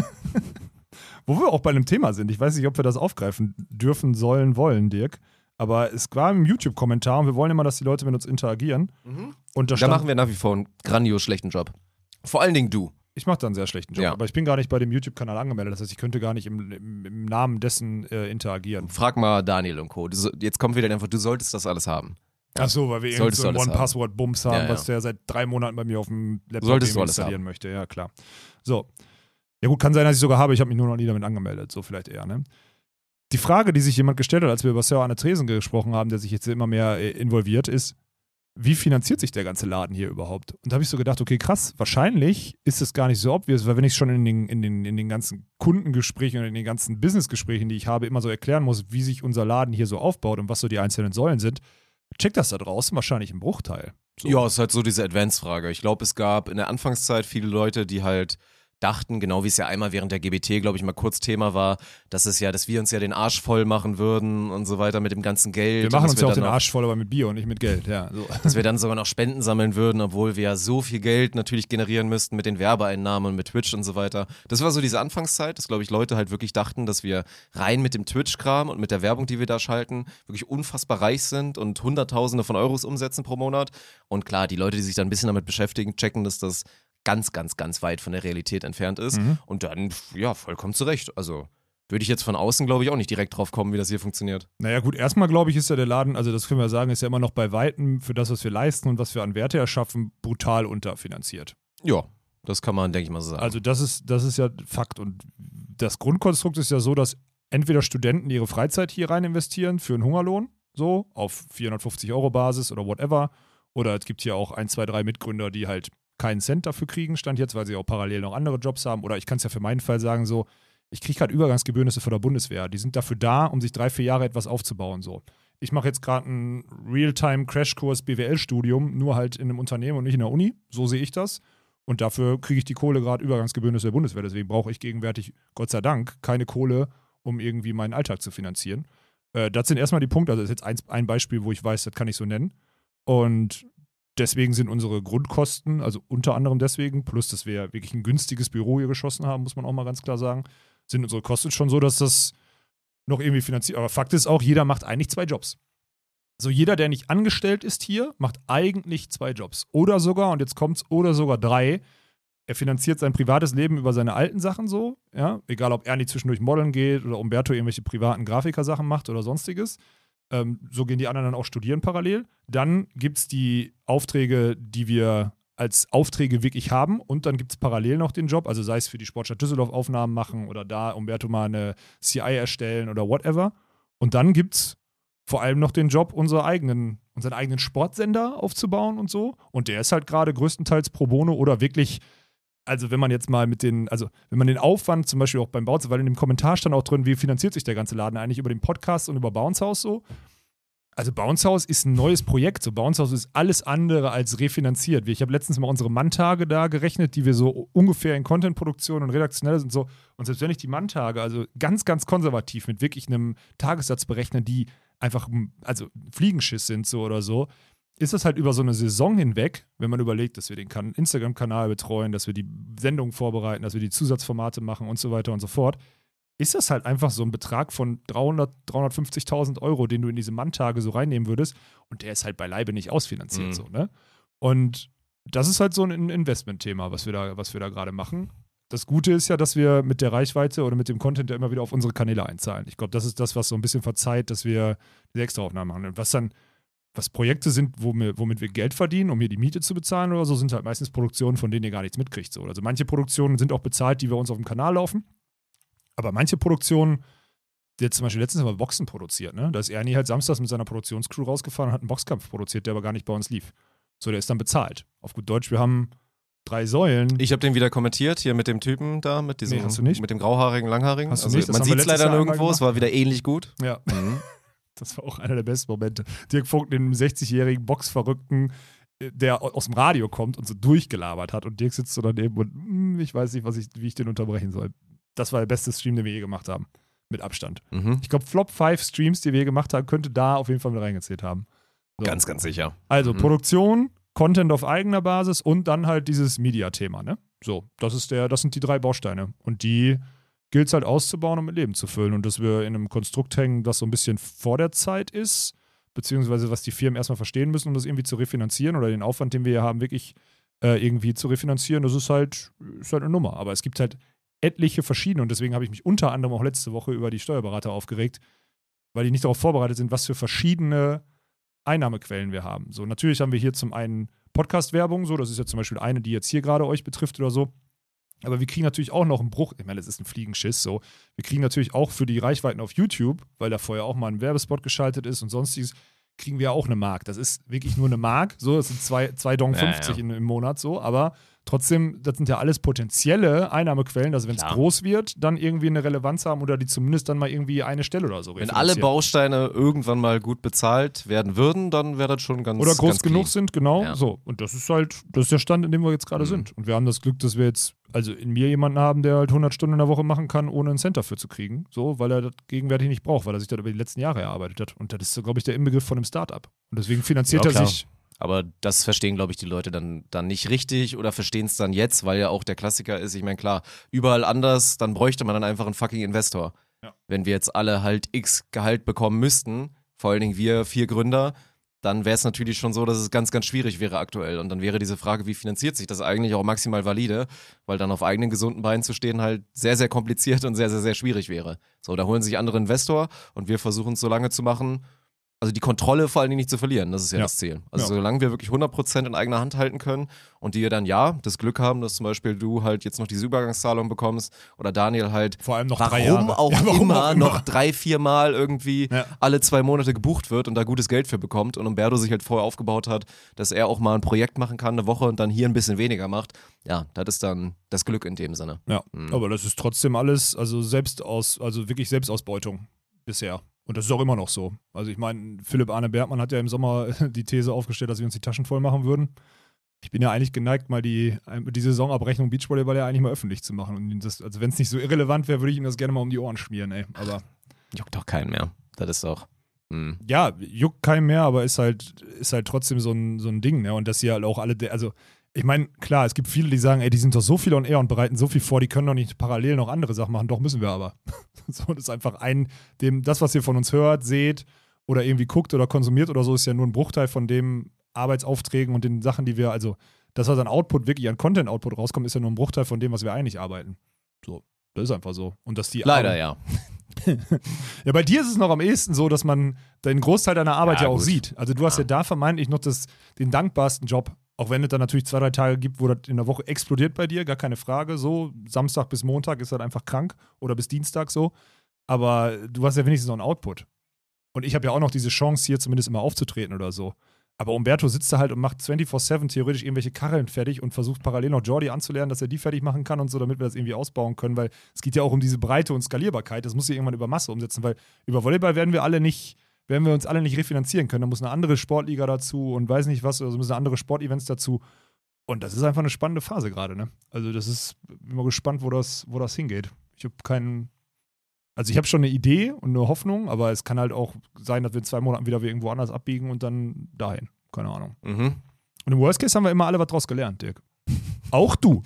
Wo wir auch bei einem Thema sind, ich weiß nicht, ob wir das aufgreifen dürfen, sollen, wollen, Dirk. Aber es war im YouTube-Kommentar und wir wollen immer, dass die Leute mit uns interagieren. Mhm. Und da Da stand, machen wir nach wie vor einen grandios schlechten Job. Vor allen Dingen du. ich mache da einen sehr schlechten Job, Ja. aber ich bin gar nicht bei dem YouTube-Kanal angemeldet. Das heißt, ich könnte gar nicht im, im, im Namen dessen äh, interagieren. Frag mal Daniel und Co. Du, so- jetzt kommt wieder einfach, du solltest das alles haben. Ach so, weil wir irgend Solltest so du einen alles haben. One-Password-Bums haben, Ja, ja. was der seit drei Monaten bei mir auf dem Laptop Solltest du irgendwie alles installieren möchte. Ja, klar. So. Ja gut, kann sein, dass ich sogar habe. Ich habe mich nur noch nie damit angemeldet. So vielleicht eher, ne? die Frage, die sich jemand gestellt hat, als wir über Sir Arne Tresen gesprochen haben, der sich jetzt immer mehr äh, involviert, ist, wie finanziert sich der ganze Laden hier überhaupt? Und da habe ich so gedacht, okay, krass, wahrscheinlich ist es gar nicht so obvious, weil wenn ich schon in den, in den, in den ganzen Kundengesprächen und in den ganzen Businessgesprächen, die ich habe, immer so erklären muss, wie sich unser Laden hier so aufbaut und was so die einzelnen Säulen sind, checkt das da draußen wahrscheinlich im Bruchteil. So. Ja, ist halt so diese Advance-Frage. Ich glaube, es gab in der Anfangszeit viele Leute, die halt dachten, genau wie es ja einmal während der G B T, glaube ich, mal kurz Thema war, dass es ja, dass wir uns ja den Arsch voll machen würden und so weiter mit dem ganzen Geld. Wir machen und uns wir ja auch den noch, Arsch voll, aber mit Bier und nicht mit Geld, ja. So. Dass wir dann sogar noch Spenden sammeln würden, obwohl wir ja so viel Geld natürlich generieren müssten mit den Werbeeinnahmen und mit Twitch und so weiter. Das war so diese Anfangszeit, dass, glaube ich, Leute halt wirklich dachten, dass wir rein mit dem Twitch-Kram und mit der Werbung, die wir da schalten, wirklich unfassbar reich sind und Hunderttausende von Euros umsetzen pro Monat. Und klar, die Leute, die sich dann ein bisschen damit beschäftigen, checken, dass das ganz, ganz, ganz weit von der Realität entfernt ist. Mhm. Und dann, ja, vollkommen zurecht. Also würde ich jetzt von außen, glaube ich, auch nicht direkt drauf kommen, wie das hier funktioniert. Naja gut, erstmal glaube ich, ist ja der Laden, also das können wir sagen, ist ja immer noch bei Weitem für das, was wir leisten und was wir an Werte erschaffen, brutal unterfinanziert. Ja, das kann man, denke ich mal, so sagen. Also das ist, das ist ja Fakt. Und das Grundkonstrukt ist ja so, dass entweder Studenten ihre Freizeit hier rein investieren für einen Hungerlohn, so auf vierhundertfünfzig Euro Basis oder whatever. Oder es gibt hier auch ein, zwei, drei Mitgründer, die halt keinen Cent dafür kriegen, stand jetzt, weil sie auch parallel noch andere Jobs haben. Oder ich kann es ja für meinen Fall sagen, so, ich kriege gerade Übergangsgebührnisse von der Bundeswehr. Die sind dafür da, um sich drei, vier Jahre etwas aufzubauen. So. Ich mache jetzt gerade einen Realtime-Crashkurs B W L-Studium, nur halt in einem Unternehmen und nicht in der Uni. So sehe ich das. Und dafür kriege ich die Kohle gerade Übergangsgebührnisse der Bundeswehr. Deswegen brauche ich gegenwärtig, Gott sei Dank, keine Kohle, um irgendwie meinen Alltag zu finanzieren. Äh, das sind erstmal die Punkte. Also das ist jetzt ein, ein Beispiel, wo ich weiß, das kann ich so nennen. Und deswegen sind unsere Grundkosten, also unter anderem deswegen, plus dass wir wirklich ein günstiges Büro hier geschossen haben, muss man auch mal ganz klar sagen, sind unsere Kosten schon so, dass das noch irgendwie finanziert. Aber Fakt ist auch, jeder macht eigentlich zwei Jobs. Also jeder, der nicht angestellt ist hier, macht eigentlich zwei Jobs. Oder sogar, und jetzt kommt's, oder sogar drei. Er finanziert sein privates Leben über seine alten Sachen so, ja, egal ob Ernie zwischendurch modeln geht oder Umberto irgendwelche privaten Grafikersachen macht oder sonstiges. Ähm, so gehen die anderen dann auch studieren parallel. Dann gibt es die Aufträge, die wir als Aufträge wirklich haben. Und dann gibt es parallel noch den Job, also sei es für die Sportstadt Düsseldorf Aufnahmen machen oder da Umberto mal eine C I erstellen oder whatever. Und dann gibt es vor allem noch den Job, unsere eigenen, unseren eigenen Sportsender aufzubauen und so. Und der ist halt gerade größtenteils pro bono oder wirklich, also wenn man jetzt mal mit den, also wenn man den Aufwand zum Beispiel auch beim Bounce, weil in dem Kommentar stand auch drin, wie finanziert sich der ganze Laden eigentlich über den Podcast und über Bounce House so. Also Bounce House ist ein neues Projekt. So Bounce House ist alles andere als refinanziert. Ich habe letztens mal unsere Manntage da gerechnet, die wir so ungefähr in Contentproduktion und redaktionell sind so. Und selbst wenn ich die Manntage, also ganz, ganz konservativ mit wirklich einem Tagessatz berechne, die einfach, also Fliegenschiss sind so oder so, ist das halt über so eine Saison hinweg, wenn man überlegt, dass wir den Instagram-Kanal betreuen, dass wir die Sendungen vorbereiten, dass wir die Zusatzformate machen und so weiter und so fort, ist das halt einfach so ein Betrag von dreihundert, dreihundertfünfzigtausend Euro, den du in diese Manntage so reinnehmen würdest und der ist halt beileibe nicht ausfinanziert Mhm. so, ne? Und das ist halt so ein Investmentthema, was wir da, was wir da gerade machen. Das Gute ist ja, dass wir mit der Reichweite oder mit dem Content ja immer wieder auf unsere Kanäle einzahlen. Ich glaube, das ist das, was so ein bisschen verzeiht, dass wir diese Extraaufnahmen machen. Und was dann Was Projekte sind, womit, womit wir Geld verdienen, um hier die Miete zu bezahlen oder so, sind halt meistens Produktionen, von denen ihr gar nichts mitkriegt. So. Also manche Produktionen sind auch bezahlt, die bei uns auf dem Kanal laufen. Aber manche Produktionen, der zum Beispiel letztens mal Boxen produziert, ne? Da ist Ernie halt samstags mit seiner Produktionscrew rausgefahren und hat einen Boxkampf produziert, der aber gar nicht bei uns lief. So, der ist dann bezahlt. Auf gut Deutsch, wir haben drei Säulen. Ich habe den wieder kommentiert, hier mit dem Typen da, mit diesem, Nee, hast du nicht? mit dem grauhaarigen, langhaarigen. Hast du also nicht? Das man haben wir sieht es letztes leider Jahr einmal nirgendwo, es gemacht. war wieder ähnlich gut. Ja. Mhm. Das war auch einer der besten Momente. Dirk Funk, den sechzigjährigen Boxverrückten, der aus dem Radio kommt und so durchgelabert hat. Und Dirk sitzt so daneben und mm, ich weiß nicht, was ich, wie ich den unterbrechen soll. Das war der beste Stream, den wir je gemacht haben. Mit Abstand. Mhm. Ich glaube, Flop fünf Streams, die wir je gemacht haben, könnte da auf jeden Fall mit reingezählt haben. So. Ganz, ganz sicher. Also Mhm. Produktion, Content auf eigener Basis und dann halt dieses Media-Thema, ne? So, das ist der, das sind die drei Bausteine. Und die gilt es halt auszubauen und mit Leben zu füllen. Und dass wir in einem Konstrukt hängen, das so ein bisschen vor der Zeit ist, beziehungsweise was die Firmen erstmal verstehen müssen, um das irgendwie zu refinanzieren oder den Aufwand, den wir hier haben, wirklich äh, irgendwie zu refinanzieren, das ist halt, ist halt eine Nummer. Aber es gibt halt etliche verschiedene und deswegen habe ich mich unter anderem auch letzte Woche über die Steuerberater aufgeregt, weil die nicht darauf vorbereitet sind, was für verschiedene Einnahmequellen wir haben. So, natürlich haben wir hier zum einen Podcast-Werbung, so, das ist ja zum Beispiel eine, die jetzt hier gerade euch betrifft oder so. Aber wir kriegen natürlich auch noch einen Bruch. Ich meine, das ist ein Fliegenschiss so. Wir kriegen natürlich auch für die Reichweiten auf YouTube, weil da vorher auch mal ein Werbespot geschaltet ist und sonstiges, kriegen wir auch eine Mark. Das ist wirklich nur eine Mark. So, das sind zwei, zwei Dong fünfzig ja, ja. In, im Monat so. Aber trotzdem, das sind ja alles potenzielle Einnahmequellen, dass wenn es Klar. groß wird, dann irgendwie eine Relevanz haben oder die zumindest dann mal irgendwie eine Stelle oder so Wenn alle refinanzieren. Bausteine irgendwann mal gut bezahlt werden würden, dann wäre das schon ganz Oder groß ganz genug clean. sind, genau. Ja. So. Und das ist halt, das ist der Stand, in dem wir jetzt gerade Mhm. sind. Und wir haben das Glück, dass wir jetzt, also in mir jemanden haben, der halt hundert Stunden in der Woche machen kann, ohne einen Cent dafür zu kriegen. So, weil er das gegenwärtig nicht braucht, weil er sich das über die letzten Jahre erarbeitet hat. Und das ist, so, glaube ich, der Inbegriff von einem Startup. Und deswegen finanziert Ja, er klar. sich. Aber das verstehen, glaube ich, die Leute dann, dann nicht richtig oder verstehen es dann jetzt, weil ja auch der Klassiker ist, ich meine, klar, überall anders, dann bräuchte man dann einfach einen fucking Investor. Ja. Wenn wir jetzt alle halt X Gehalt bekommen müssten, vor allen Dingen wir vier Gründer, dann wäre es natürlich schon so, dass es ganz, ganz schwierig wäre aktuell. Und dann wäre diese Frage, wie finanziert sich das eigentlich, auch maximal valide, weil dann auf eigenen gesunden Beinen zu stehen halt sehr, sehr kompliziert und sehr, sehr, sehr schwierig wäre. So, da holen sich andere Investor und wir versuchen es so lange zu machen, also die Kontrolle vor allen Dingen nicht zu verlieren, das ist ja, ja. das Ziel. Also Ja. solange wir wirklich hundert Prozent in eigener Hand halten können und die dann ja das Glück haben, dass zum Beispiel du halt jetzt noch diese Übergangszahlung bekommst oder Daniel halt Vor allem noch warum drei Jahre. auch Ja, warum immer auch immer. noch drei, vier Mal irgendwie Ja. alle zwei Monate gebucht wird und da gutes Geld für bekommt und Umberto sich halt vorher aufgebaut hat, dass er auch mal ein Projekt machen kann, eine Woche und dann hier ein bisschen weniger macht. Ja, das ist dann das Glück in dem Sinne. Ja, Mhm. aber das ist trotzdem alles, also selbst aus, also wirklich Selbstausbeutung bisher. Und das ist auch immer noch so. Also ich meine, Philipp Arne Bergmann hat ja im Sommer die These aufgestellt, dass wir uns die Taschen voll machen würden. Ich bin ja eigentlich geneigt, mal die, die Saisonabrechnung Beachvolleyball ja eigentlich mal öffentlich zu machen. Und das, also wenn es nicht so irrelevant wäre, würde ich ihm das gerne mal um die Ohren schmieren, ey. Aber Juckt doch keinen mehr. Das ist doch. Mhm. ja, juckt keinem mehr, aber ist halt, ist halt trotzdem so ein, so ein Ding, ne? Und dass hier halt auch alle, also ich meine, klar, es gibt viele, die sagen, ey, die sind doch so viel on air und bereiten so viel vor, die können doch nicht parallel noch andere Sachen machen. Doch, müssen wir aber. So, das ist einfach ein, dem, das, was ihr von uns hört, seht oder irgendwie guckt oder konsumiert oder so, ist ja nur ein Bruchteil von dem Arbeitsaufträgen und den Sachen, die wir, also das, was an Output wirklich an Content-Output rauskommt, ist ja nur ein Bruchteil von dem, was wir eigentlich arbeiten. So, das ist einfach so. Und dass die Leider, Arbeit, ja. Ja, bei dir ist es noch am ehesten so, dass man den Großteil deiner Arbeit ja, Ja, auch gut. sieht. Also du hast ja, Ja. da vermeintlich noch das, den dankbarsten Job. Auch wenn es dann natürlich zwei, drei Tage gibt, wo das in der Woche explodiert bei dir, gar keine Frage. So, Samstag bis Montag ist halt einfach krank oder bis Dienstag so. Aber du hast ja wenigstens noch einen Output. Und ich habe ja auch noch diese Chance, hier zumindest immer aufzutreten oder so. Aber Umberto sitzt da halt und macht vierundzwanzig sieben theoretisch irgendwelche Karren fertig und versucht parallel noch Jordi anzulernen, dass er die fertig machen kann und so, damit wir das irgendwie ausbauen können, weil es geht ja auch um diese Breite und Skalierbarkeit. Das muss sich irgendwann über Masse umsetzen, weil über Volleyball werden wir alle nicht, werden wir uns alle nicht refinanzieren können. Da muss eine andere Sportliga dazu und weiß nicht was, also müssen andere Sportevents dazu. Und das ist einfach eine spannende Phase gerade, ne? Also das ist, bin mal gespannt, wo das, wo das hingeht. Ich habe keinen, also ich habe schon eine Idee und eine Hoffnung, aber es kann halt auch sein, dass wir in zwei Monaten wieder irgendwo anders abbiegen und dann dahin. Keine Ahnung. Mhm. Und im Worst Case haben wir immer alle was draus gelernt, Dirk. Auch du.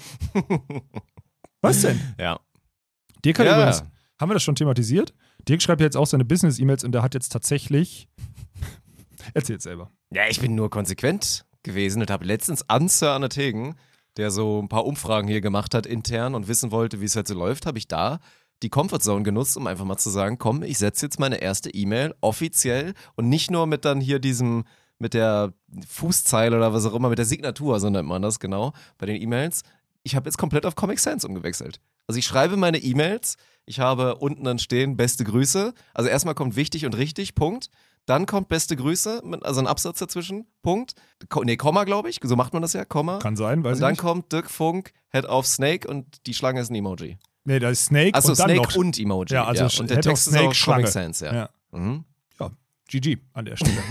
Was denn? Ja. Dirk hat Ja. übrigens, haben wir das schon thematisiert? Dirk schreibt jetzt auch seine Business-E-Mails und der hat jetzt tatsächlich, erzähl jetzt selber. Ja, ich bin nur konsequent gewesen und habe letztens an Sir Arne Tegen, der so ein paar Umfragen hier gemacht hat intern und wissen wollte, wie es halt so läuft, habe ich da die Comfortzone genutzt, um einfach mal zu sagen, komm, ich setze jetzt meine erste E-Mail offiziell und nicht nur mit dann hier diesem, mit der Fußzeile oder was auch immer, mit der Signatur, so nennt man das genau, bei den E-Mails. Ich habe jetzt komplett auf Comic Sans umgewechselt. Also ich schreibe meine E-Mails, ich habe unten dann stehen, beste Grüße. Also erstmal kommt wichtig und richtig, Punkt. Dann kommt beste Grüße, mit, also ein Absatz dazwischen, Punkt. Ko- nee, Komma, glaube ich, so macht man das ja, Komma. Kann sein, weiß und ich dann nicht. kommt Dirk Funk, Head of Snake und die Schlange ist ein Emoji. Nee, da ist Snake Achso, und dann Snake noch und Emoji. Ja, also und der Head of Text Snake, ist auch Schlange. Comic Sans, ja. Ja. Mhm. G G an der Stelle.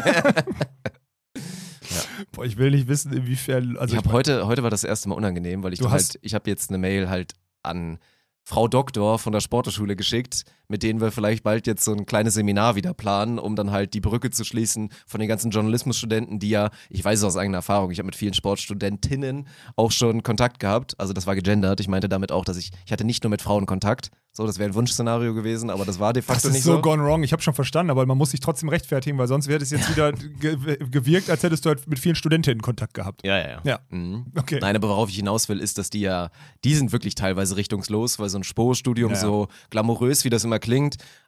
Boah, ich will nicht wissen, inwiefern. Also ich habe heute, heute war das erste Mal unangenehm, weil ich Du dann hast- halt, ich habe jetzt eine Mail halt an Frau Doktor von der Sporteschule geschickt, mit denen wir vielleicht bald jetzt so ein kleines Seminar wieder planen, um dann halt die Brücke zu schließen von den ganzen Journalismusstudenten, die ja, ich weiß es aus eigener Erfahrung, ich habe mit vielen Sportstudentinnen auch schon Kontakt gehabt, also das war gegendert, ich meinte damit auch, dass ich, ich hatte nicht nur mit Frauen Kontakt, so, das wäre ein Wunschszenario gewesen, aber das war de Das facto ist nicht so so. gone wrong. Ich habe schon verstanden, aber man muss sich trotzdem rechtfertigen, weil sonst wäre es jetzt wieder ge gewirkt, als hättest du halt mit vielen Studentinnen Kontakt gehabt. Ja, ja, ja. Ja. Mhm. Okay. Nein, aber worauf ich hinaus will, ist, dass die ja, die sind wirklich teilweise richtungslos, weil so ein Spo-Studium Ja, ja. so glamourös, wie das immer klingt,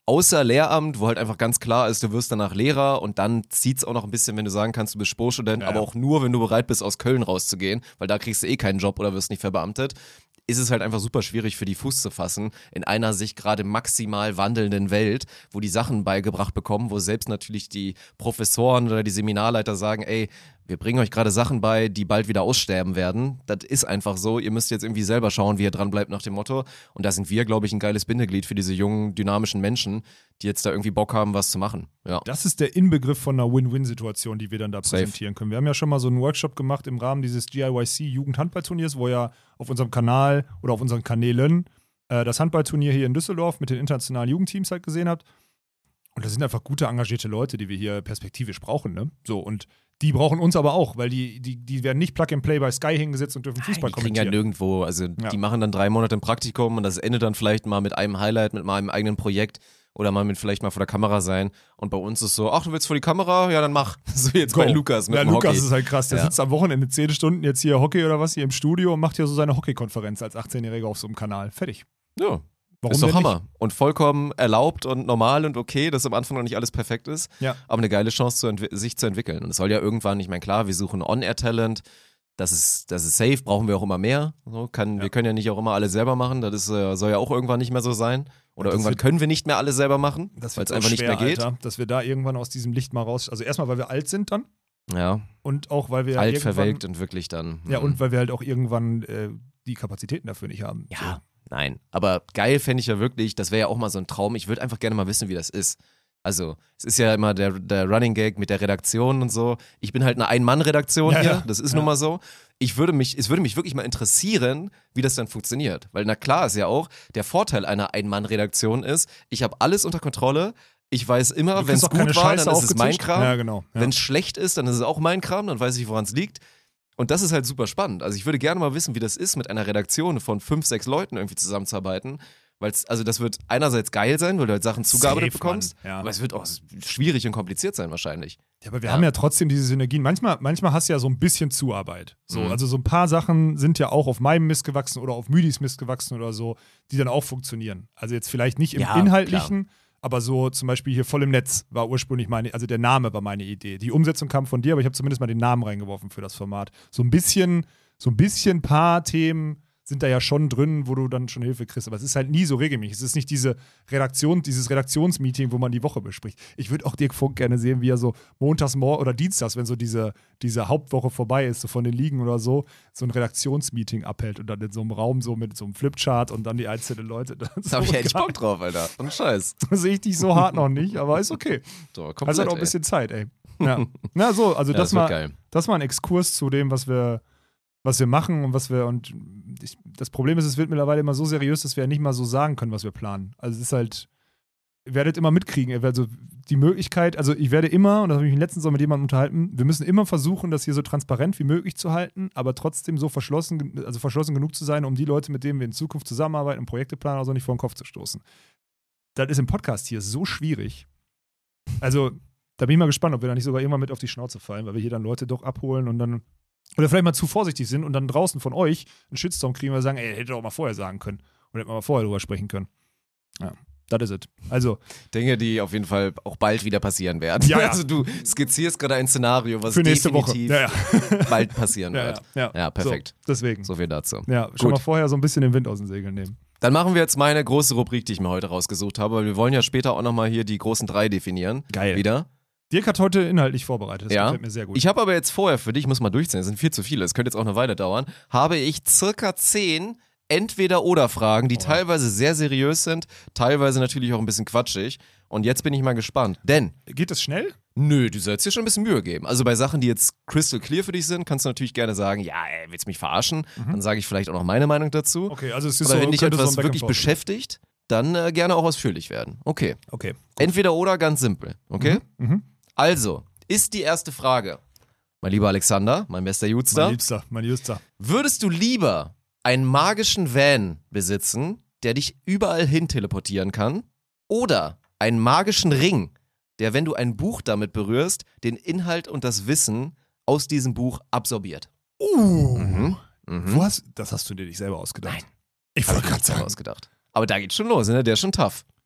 Außer Lehramt, wo halt einfach ganz klar ist, du wirst danach Lehrer und dann zieht's auch noch ein bisschen, wenn du sagen kannst, du bist Sportstudent, Ja, aber ja. auch nur, wenn du bereit bist, aus Köln rauszugehen, weil da kriegst du eh keinen Job oder wirst nicht verbeamtet, ist es halt einfach super schwierig für die Fuß zu fassen in einer sich gerade maximal wandelnden Welt, wo die Sachen beigebracht bekommen, wo selbst natürlich die Professoren oder die Seminarleiter sagen, ey, wir bringen euch gerade Sachen bei, die bald wieder aussterben werden. Das ist einfach so. Ihr müsst jetzt irgendwie selber schauen, wie ihr dran bleibt nach dem Motto. Und da sind wir, glaube ich, ein geiles Bindeglied für diese jungen, dynamischen Menschen, die jetzt da irgendwie Bock haben, was zu machen. Ja. Das ist der Inbegriff von einer Win-Win-Situation, die wir dann da Safe. präsentieren können. Wir haben ja schon mal so einen Workshop gemacht im Rahmen dieses G I Y C-Jugendhandballturniers, wo ja auf unserem Kanal oder auf unseren Kanälen äh, das Handballturnier hier in Düsseldorf mit den internationalen Jugendteams halt gesehen habt. Und das sind einfach gute, engagierte Leute, die wir hier perspektivisch brauchen, ne? So, und die brauchen uns aber auch, weil die, die, die werden nicht Plug-and-Play bei Sky hingesetzt und dürfen Fußball Die kriegen ja kommentieren. nirgendwo, also Ja. die machen dann drei Monate im Praktikum und das endet dann vielleicht mal mit einem Highlight, mit meinem eigenen Projekt oder mal mit vielleicht mal vor der Kamera sein. Und bei uns ist so, ach, du willst vor die Kamera? Ja, dann mach. So jetzt Go. bei Lukas mit Ja, dem Lukas Hockey. ist halt krass. Der Ja. sitzt am Wochenende zehn Stunden jetzt hier Hockey oder was hier im Studio und macht hier so seine Hockeykonferenz als achtzehnjähriger auf so einem Kanal. Fertig. Ja, Warum ist doch denn Hammer. Und vollkommen erlaubt und normal und okay, dass am Anfang noch nicht alles perfekt ist. Ja. Aber eine geile Chance, zu entwi- sich zu entwickeln. Und es soll ja irgendwann, ich meine, klar, wir suchen On-Air-Talent. Das ist, das ist safe, brauchen wir auch immer mehr. So, kann, Ja. Wir können ja nicht auch immer alles selber machen. Das ist, äh, soll ja auch irgendwann nicht mehr so sein. Oder Das irgendwann wird- können wir nicht mehr alles selber machen, Das weil wird es einfach nicht schwer, mehr geht. Alter, dass wir da irgendwann aus diesem Licht mal raus. Also erstmal, weil wir alt sind dann Ja, und auch weil wir ja alt, irgendwann, verwelkt und wirklich dann. Ja, hm. und weil wir halt auch irgendwann äh, die Kapazitäten dafür nicht haben. Ja, nein. Aber geil fände ich ja wirklich, das wäre ja auch mal so ein Traum. Ich würde einfach gerne mal wissen, wie das ist. Also, es ist ja immer der, der Running Gag mit der Redaktion und so. Ich bin halt eine Ein-Mann-Redaktion Ja, hier, ja. das ist Ja. nun mal so. Ich würde mich, es würde mich wirklich mal interessieren, wie das dann funktioniert. Weil na klar ist ja auch, der Vorteil einer Ein-Mann-Redaktion ist, ich habe alles unter Kontrolle. Ich weiß immer, Du wenn kriegst es auch keine gut war, Scheiße dann ist es mein aufgetischt. Kram. Ja, genau. Ja. Wenn es schlecht ist, dann ist es auch mein Kram, dann weiß ich, woran es liegt. Und das ist halt super spannend. Also ich würde gerne mal wissen, wie das ist, mit einer Redaktion von fünf, sechs Leuten irgendwie zusammenzuarbeiten. Weil also das wird einerseits geil sein, weil du halt Sachen zugearbeitet Safe, bekommst, Mann. Ja. aber es wird auch schwierig und kompliziert sein wahrscheinlich. Ja, aber wir Ja. haben ja trotzdem diese Synergien. Manchmal, manchmal hast du ja so ein bisschen Zuarbeit. So, Mhm. Also so ein paar Sachen sind ja auch auf meinem Mist gewachsen oder auf Müdis Mist gewachsen oder so, die dann auch funktionieren. Also jetzt vielleicht nicht im Ja, Inhaltlichen, aber so zum Beispiel hier voll im Netz war ursprünglich meine, also der Name war meine Idee. Die Umsetzung kam von dir, aber ich habe zumindest mal den Namen reingeworfen für das Format. So ein bisschen, so ein bisschen paar Themen sind da ja schon drin, wo du dann schon Hilfe kriegst. Aber es ist halt nie so regelmäßig. Es ist nicht diese Redaktion, dieses Redaktionsmeeting, wo man die Woche bespricht. Ich würde auch Dirk Funk gerne sehen, wie er so montags mor- oder dienstags, wenn so diese, diese Hauptwoche vorbei ist, so von den Ligen oder so, so ein Redaktionsmeeting abhält und dann in so einem Raum so mit so einem Flipchart und dann die einzelnen Leute. Das ist Da hab ich so echt geil. Bock drauf, Alter. Und Scheiß. Das sehe ich dich so hart noch nicht, aber ist okay. So, Also komplett, hat auch ein ey. bisschen Zeit, ey. Ja, Na, so, also Ja, das, das wird mal, geil. das mal ein Exkurs zu dem, was wir, was wir machen und was wir, und ich, das Problem ist, es wird mittlerweile immer so seriös, dass wir ja nicht mal so sagen können, was wir planen. Also es ist halt, ihr werdet immer mitkriegen, also die Möglichkeit, also ich werde immer, und das habe ich mich letztens auch mit jemandem unterhalten, wir müssen immer versuchen, das hier so transparent wie möglich zu halten, aber trotzdem so verschlossen, also verschlossen genug zu sein, um die Leute, mit denen wir in Zukunft zusammenarbeiten und Projekte planen, also nicht vor den Kopf zu stoßen. Das ist im Podcast hier so schwierig. Also, da bin ich mal gespannt, ob wir da nicht sogar irgendwann mit auf die Schnauze fallen, weil wir hier dann Leute doch abholen und dann, oder vielleicht mal zu vorsichtig sind und dann draußen von euch einen Shitstorm kriegen, weil wir sagen, ey, hätte doch mal vorher sagen können. Oder hätte man mal vorher drüber sprechen können. Ja, das ist es. Also, Dinge, die auf jeden Fall auch bald wieder passieren werden. Ja, ja. Also du skizzierst gerade ein Szenario, was für nächste Woche. definitiv Ja, ja. bald passieren ja, wird. ja, ja. Ja, perfekt. So, deswegen. So viel dazu. Ja, schon Gut. mal vorher so ein bisschen den Wind aus den Segeln nehmen. Dann machen wir jetzt meine große Rubrik, die ich mir heute rausgesucht habe, weil wir wollen ja später auch nochmal hier die großen drei definieren. Geil. Wieder. Dirk hat heute inhaltlich vorbereitet. Das Ja. gefällt mir sehr gut. Ich habe aber jetzt vorher für dich, ich muss mal durchzählen, es sind viel zu viele, es könnte jetzt auch eine Weile dauern, habe ich circa zehn Entweder-Oder-Fragen, die Oh. teilweise sehr seriös sind, teilweise natürlich auch ein bisschen quatschig. Und jetzt bin ich mal gespannt. Denn, Geht das schnell? nö, du sollst dir schon ein bisschen Mühe geben. Also bei Sachen, die jetzt crystal clear für dich sind, kannst du natürlich gerne sagen, ja, ey, willst du mich verarschen? Dann sage ich vielleicht auch noch meine Meinung dazu. Mhm. Okay, also es ist Oder so, wenn dich könnte so etwas ein Back and wirklich Forth. beschäftigt, dann äh, gerne auch ausführlich werden. Okay. Okay. Entweder oder, ganz simpel. Okay? Mhm. Also, ist die erste Frage, mein lieber Alexander, mein bester Mein Jutster, Liebster, mein Liebster. würdest du lieber einen magischen Van besitzen, der dich überall hin teleportieren kann, oder einen magischen Ring, der, wenn du ein Buch damit berührst, den Inhalt und das Wissen aus diesem Buch absorbiert? Uh. Mhm. Mhm. Wo hast, das hast du dir nicht selber ausgedacht. Nein. Ich Hab wollte ich gerade mir selber sagen. ausgedacht. Aber da geht's schon los, ne? Der ist schon tough.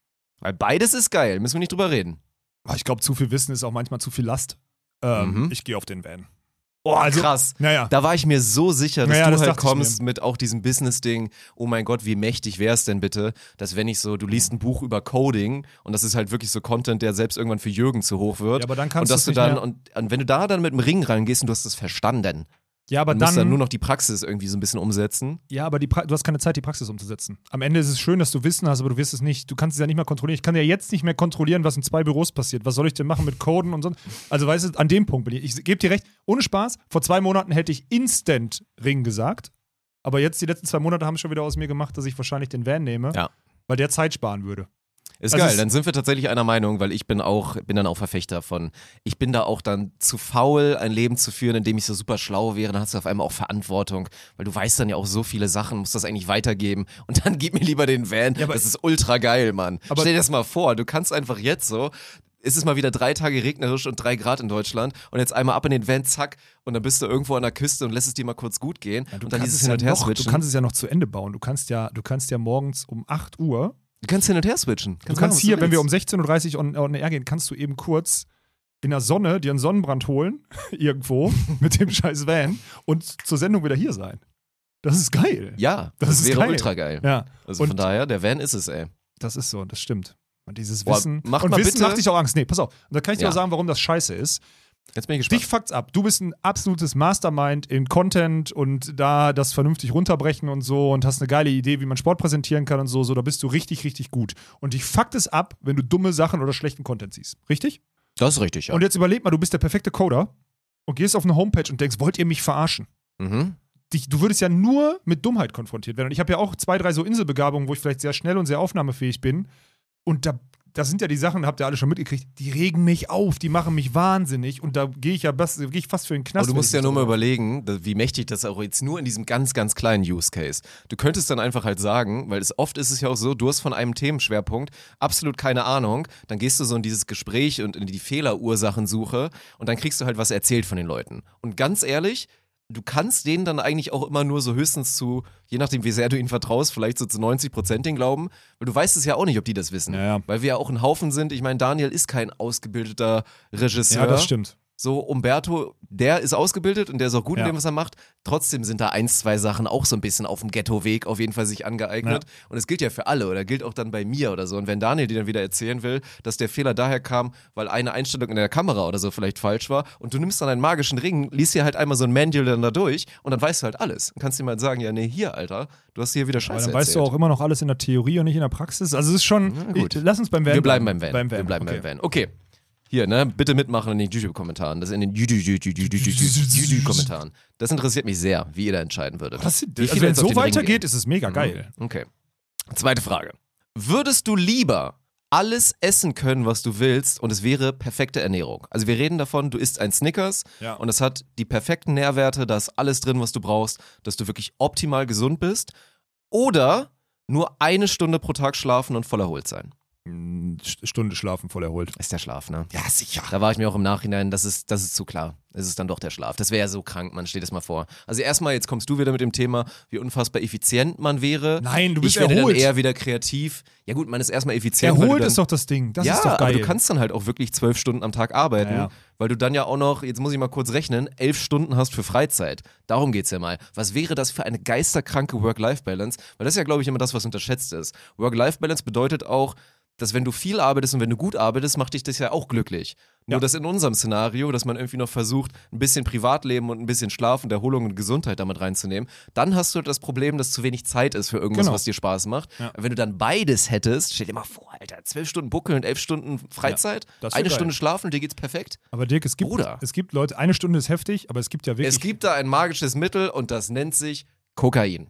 Weil beides ist geil, müssen wir nicht drüber reden. Aber ich glaube, zu viel Wissen ist auch manchmal zu viel Last. Ähm, Mhm. Ich gehe auf den Van. Oh, Also- krass. Naja. Da war ich mir so sicher, dass Naja, du das halt dachte ich kommst mir. mit auch diesem Business-Ding. Oh mein Gott, wie mächtig wär's denn bitte, dass wenn ich so, du liest ein Buch über Coding und das ist halt wirklich so Content, der selbst irgendwann für Jürgen zu hoch wird. Ja, aber dann und kannst dass du du nicht dann, mehr. und, und wenn du da dann mit dem Ring rangehst und du hast es verstanden, Ja, aber dann musst dann, du dann nur noch die Praxis irgendwie so ein bisschen umsetzen. ja, aber die pra- du hast keine Zeit, die Praxis umzusetzen. Am Ende ist es schön, dass du Wissen hast, aber du wirst es nicht, du kannst es ja nicht mehr kontrollieren. Ich kann ja jetzt nicht mehr kontrollieren, was in zwei Büros passiert. Was soll ich denn machen mit Coden und so? Also weißt du, an dem Punkt bin ich. Ich gebe dir recht, ohne Spaß, vor zwei Monaten hätte ich Instant Ring gesagt, aber jetzt die letzten zwei Monate haben schon wieder aus mir gemacht, dass ich wahrscheinlich den Van nehme, Ja. weil der Zeit sparen würde. Ist Also geil, es- dann sind wir tatsächlich einer Meinung, weil ich bin auch, bin dann auch Verfechter von, ich bin da auch dann zu faul, ein Leben zu führen, in dem ich so super schlau wäre, dann hast du auf einmal auch Verantwortung, weil du weißt dann ja auch so viele Sachen, musst das eigentlich weitergeben und dann gib mir lieber den Van, Ja, aber- das ist ultra geil, Mann. Aber- Stell dir das mal vor, du kannst einfach jetzt so, ist es mal wieder drei Tage regnerisch und drei Grad in Deutschland und jetzt einmal ab in den Van, zack, und dann bist du irgendwo an der Küste und lässt es dir mal kurz gut gehen Ja, du, und dann kannst dieses es Hin und ja Her noch, du switchen. kannst es ja noch zu Ende bauen. Du kannst ja, du kannst ja morgens um acht Uhr, Du kannst hin und her switchen. du machen, kannst was hier, wenn wir um willst. sechzehn Uhr dreißig on, on air gehen, kannst du eben kurz in der Sonne dir einen Sonnenbrand holen, irgendwo, mit dem scheiß Van und zur Sendung wieder hier sein. Das ist geil. Ja, Das das, ist wäre geil. ultra geil. Ja, Also Und- von daher, der Van ist es, ey. das ist so, das stimmt. Und dieses Boah, Wissen. macht und mal Wissen bitte- macht dich auch Angst. Nee, pass auf. Und da kann ich dir Ja. auch sagen, warum das scheiße ist. Jetzt bin ich gespannt. Dich fuckt's ab. Du bist ein absolutes Mastermind in Content und da das vernünftig runterbrechen und so und hast eine geile Idee, wie man Sport präsentieren kann und so. So, da bist du richtig, richtig gut. Und dich fuckt es ab, wenn du dumme Sachen oder schlechten Content siehst. Richtig? Das ist richtig, ja. Und jetzt überleg mal, du bist der perfekte Coder und gehst auf eine Homepage und denkst, wollt ihr mich verarschen? mhm. Dich, du würdest ja nur mit Dummheit konfrontiert werden. Und ich habe ja auch zwei, drei so Inselbegabungen, wo ich vielleicht sehr schnell und sehr aufnahmefähig bin. Und da, das sind ja die Sachen, habt ihr alle schon mitgekriegt, die regen mich auf, die machen mich wahnsinnig. Und da gehe ich ja bas- gehe ich fast für den Knast. Aber du wenn musst ich ja mich nur mal darüber- überlegen, da- wie mächtig das auch jetzt nur in diesem ganz, ganz kleinen Use Case. Du könntest dann einfach halt sagen, weil es oft ist es ja auch so, du hast von einem Themenschwerpunkt absolut keine Ahnung, dann gehst du so in dieses Gespräch und in die Fehlerursachensuche und dann kriegst du halt was erzählt von den Leuten. Und ganz ehrlich, du kannst denen dann eigentlich auch immer nur so höchstens zu, je nachdem wie sehr du ihnen vertraust, vielleicht so zu neunzig Prozent den glauben, weil du weißt es ja auch nicht, ob die das wissen. Ja, ja. Weil wir ja auch ein Haufen sind. Ich meine, Daniel ist kein ausgebildeter Regisseur. Ja, das stimmt. So, Umberto, der ist ausgebildet und der ist auch gut Ja. in dem, was er macht. Trotzdem sind da ein, zwei Sachen auch so ein bisschen auf dem Ghetto-Weg auf jeden Fall sich angeeignet. Und es gilt ja für alle oder gilt auch dann bei mir oder so. Und wenn Daniel dir dann wieder erzählen will, dass der Fehler daher kam, weil eine Einstellung in der Kamera oder so vielleicht falsch war und du nimmst dann einen magischen Ring, liest dir halt einmal so ein Manual dann da durch und dann weißt du halt alles. Und kannst dir mal sagen, ja, nee, hier, Alter, du hast hier wieder Aber Scheiße dann weißt erzählt. du auch immer noch alles in der Theorie und nicht in der Praxis. Also es ist schon. Na gut. Ich, lass uns beim Van. Wir bleiben beim Van. Beim Van. Wir bleiben okay. beim Van. Okay. Hier, ne, bitte mitmachen in den YouTube-Kommentaren. Das in den YouTube-Kommentaren. Das interessiert mich sehr, wie ihr da entscheiden würdet. Das, Wie also viele wenn jetzt es auf so den Ring weitergeht, gehen. ist es mega Mhm. geil. Okay. Zweite Frage. Würdest du lieber alles essen können, was du willst und es wäre perfekte Ernährung? Also wir reden davon, du isst ein Snickers Ja. und es hat die perfekten Nährwerte, da ist alles drin, was du brauchst, dass du wirklich optimal gesund bist. Oder nur eine Stunde pro Tag schlafen und voll erholt sein. Mm, Stunde schlafen voll erholt. Ist der Schlaf, ne? Ja, sicher. Da war ich mir auch im Nachhinein, das ist, das ist zu klar. Es ist dann doch der Schlaf. Das wäre ja so krank, man, steht es mal vor. Also erstmal, jetzt kommst du wieder mit dem Thema, wie unfassbar effizient man wäre. Nein, du bist ich werde erholt. dann eher wieder kreativ. Ja gut, man ist erstmal effizient. weil du Erholt dann, ist doch das Ding. Das ja, ist doch geil. aber du kannst dann halt auch wirklich zwölf Stunden am Tag arbeiten, Ja, ja. weil du dann ja auch noch, jetzt muss ich mal kurz rechnen, elf Stunden hast für Freizeit. Darum geht's ja mal. Was wäre das für eine geisterkranke Work-Life-Balance? Weil das ist ja, glaube ich, immer das, was unterschätzt ist. Work-Life-Balance bedeutet auch, dass wenn du viel arbeitest und wenn du gut arbeitest, macht dich das ja auch glücklich. Nur Ja. dass in unserem Szenario, dass man irgendwie noch versucht, ein bisschen Privatleben und ein bisschen Schlaf und Erholung und Gesundheit damit reinzunehmen, dann hast du das Problem, dass zu wenig Zeit ist für irgendwas, Genau. was dir Spaß macht. Ja. Wenn du dann beides hättest, stell dir mal vor, Alter, zwölf Stunden buckeln und elf Stunden Freizeit, das wär eine geil. Stunde schlafen, dir geht's perfekt. Aber Dirk, es gibt, Bruder. es gibt Leute, eine Stunde ist heftig, aber es gibt ja wirklich. Es gibt da ein magisches Mittel und das nennt sich Kokain.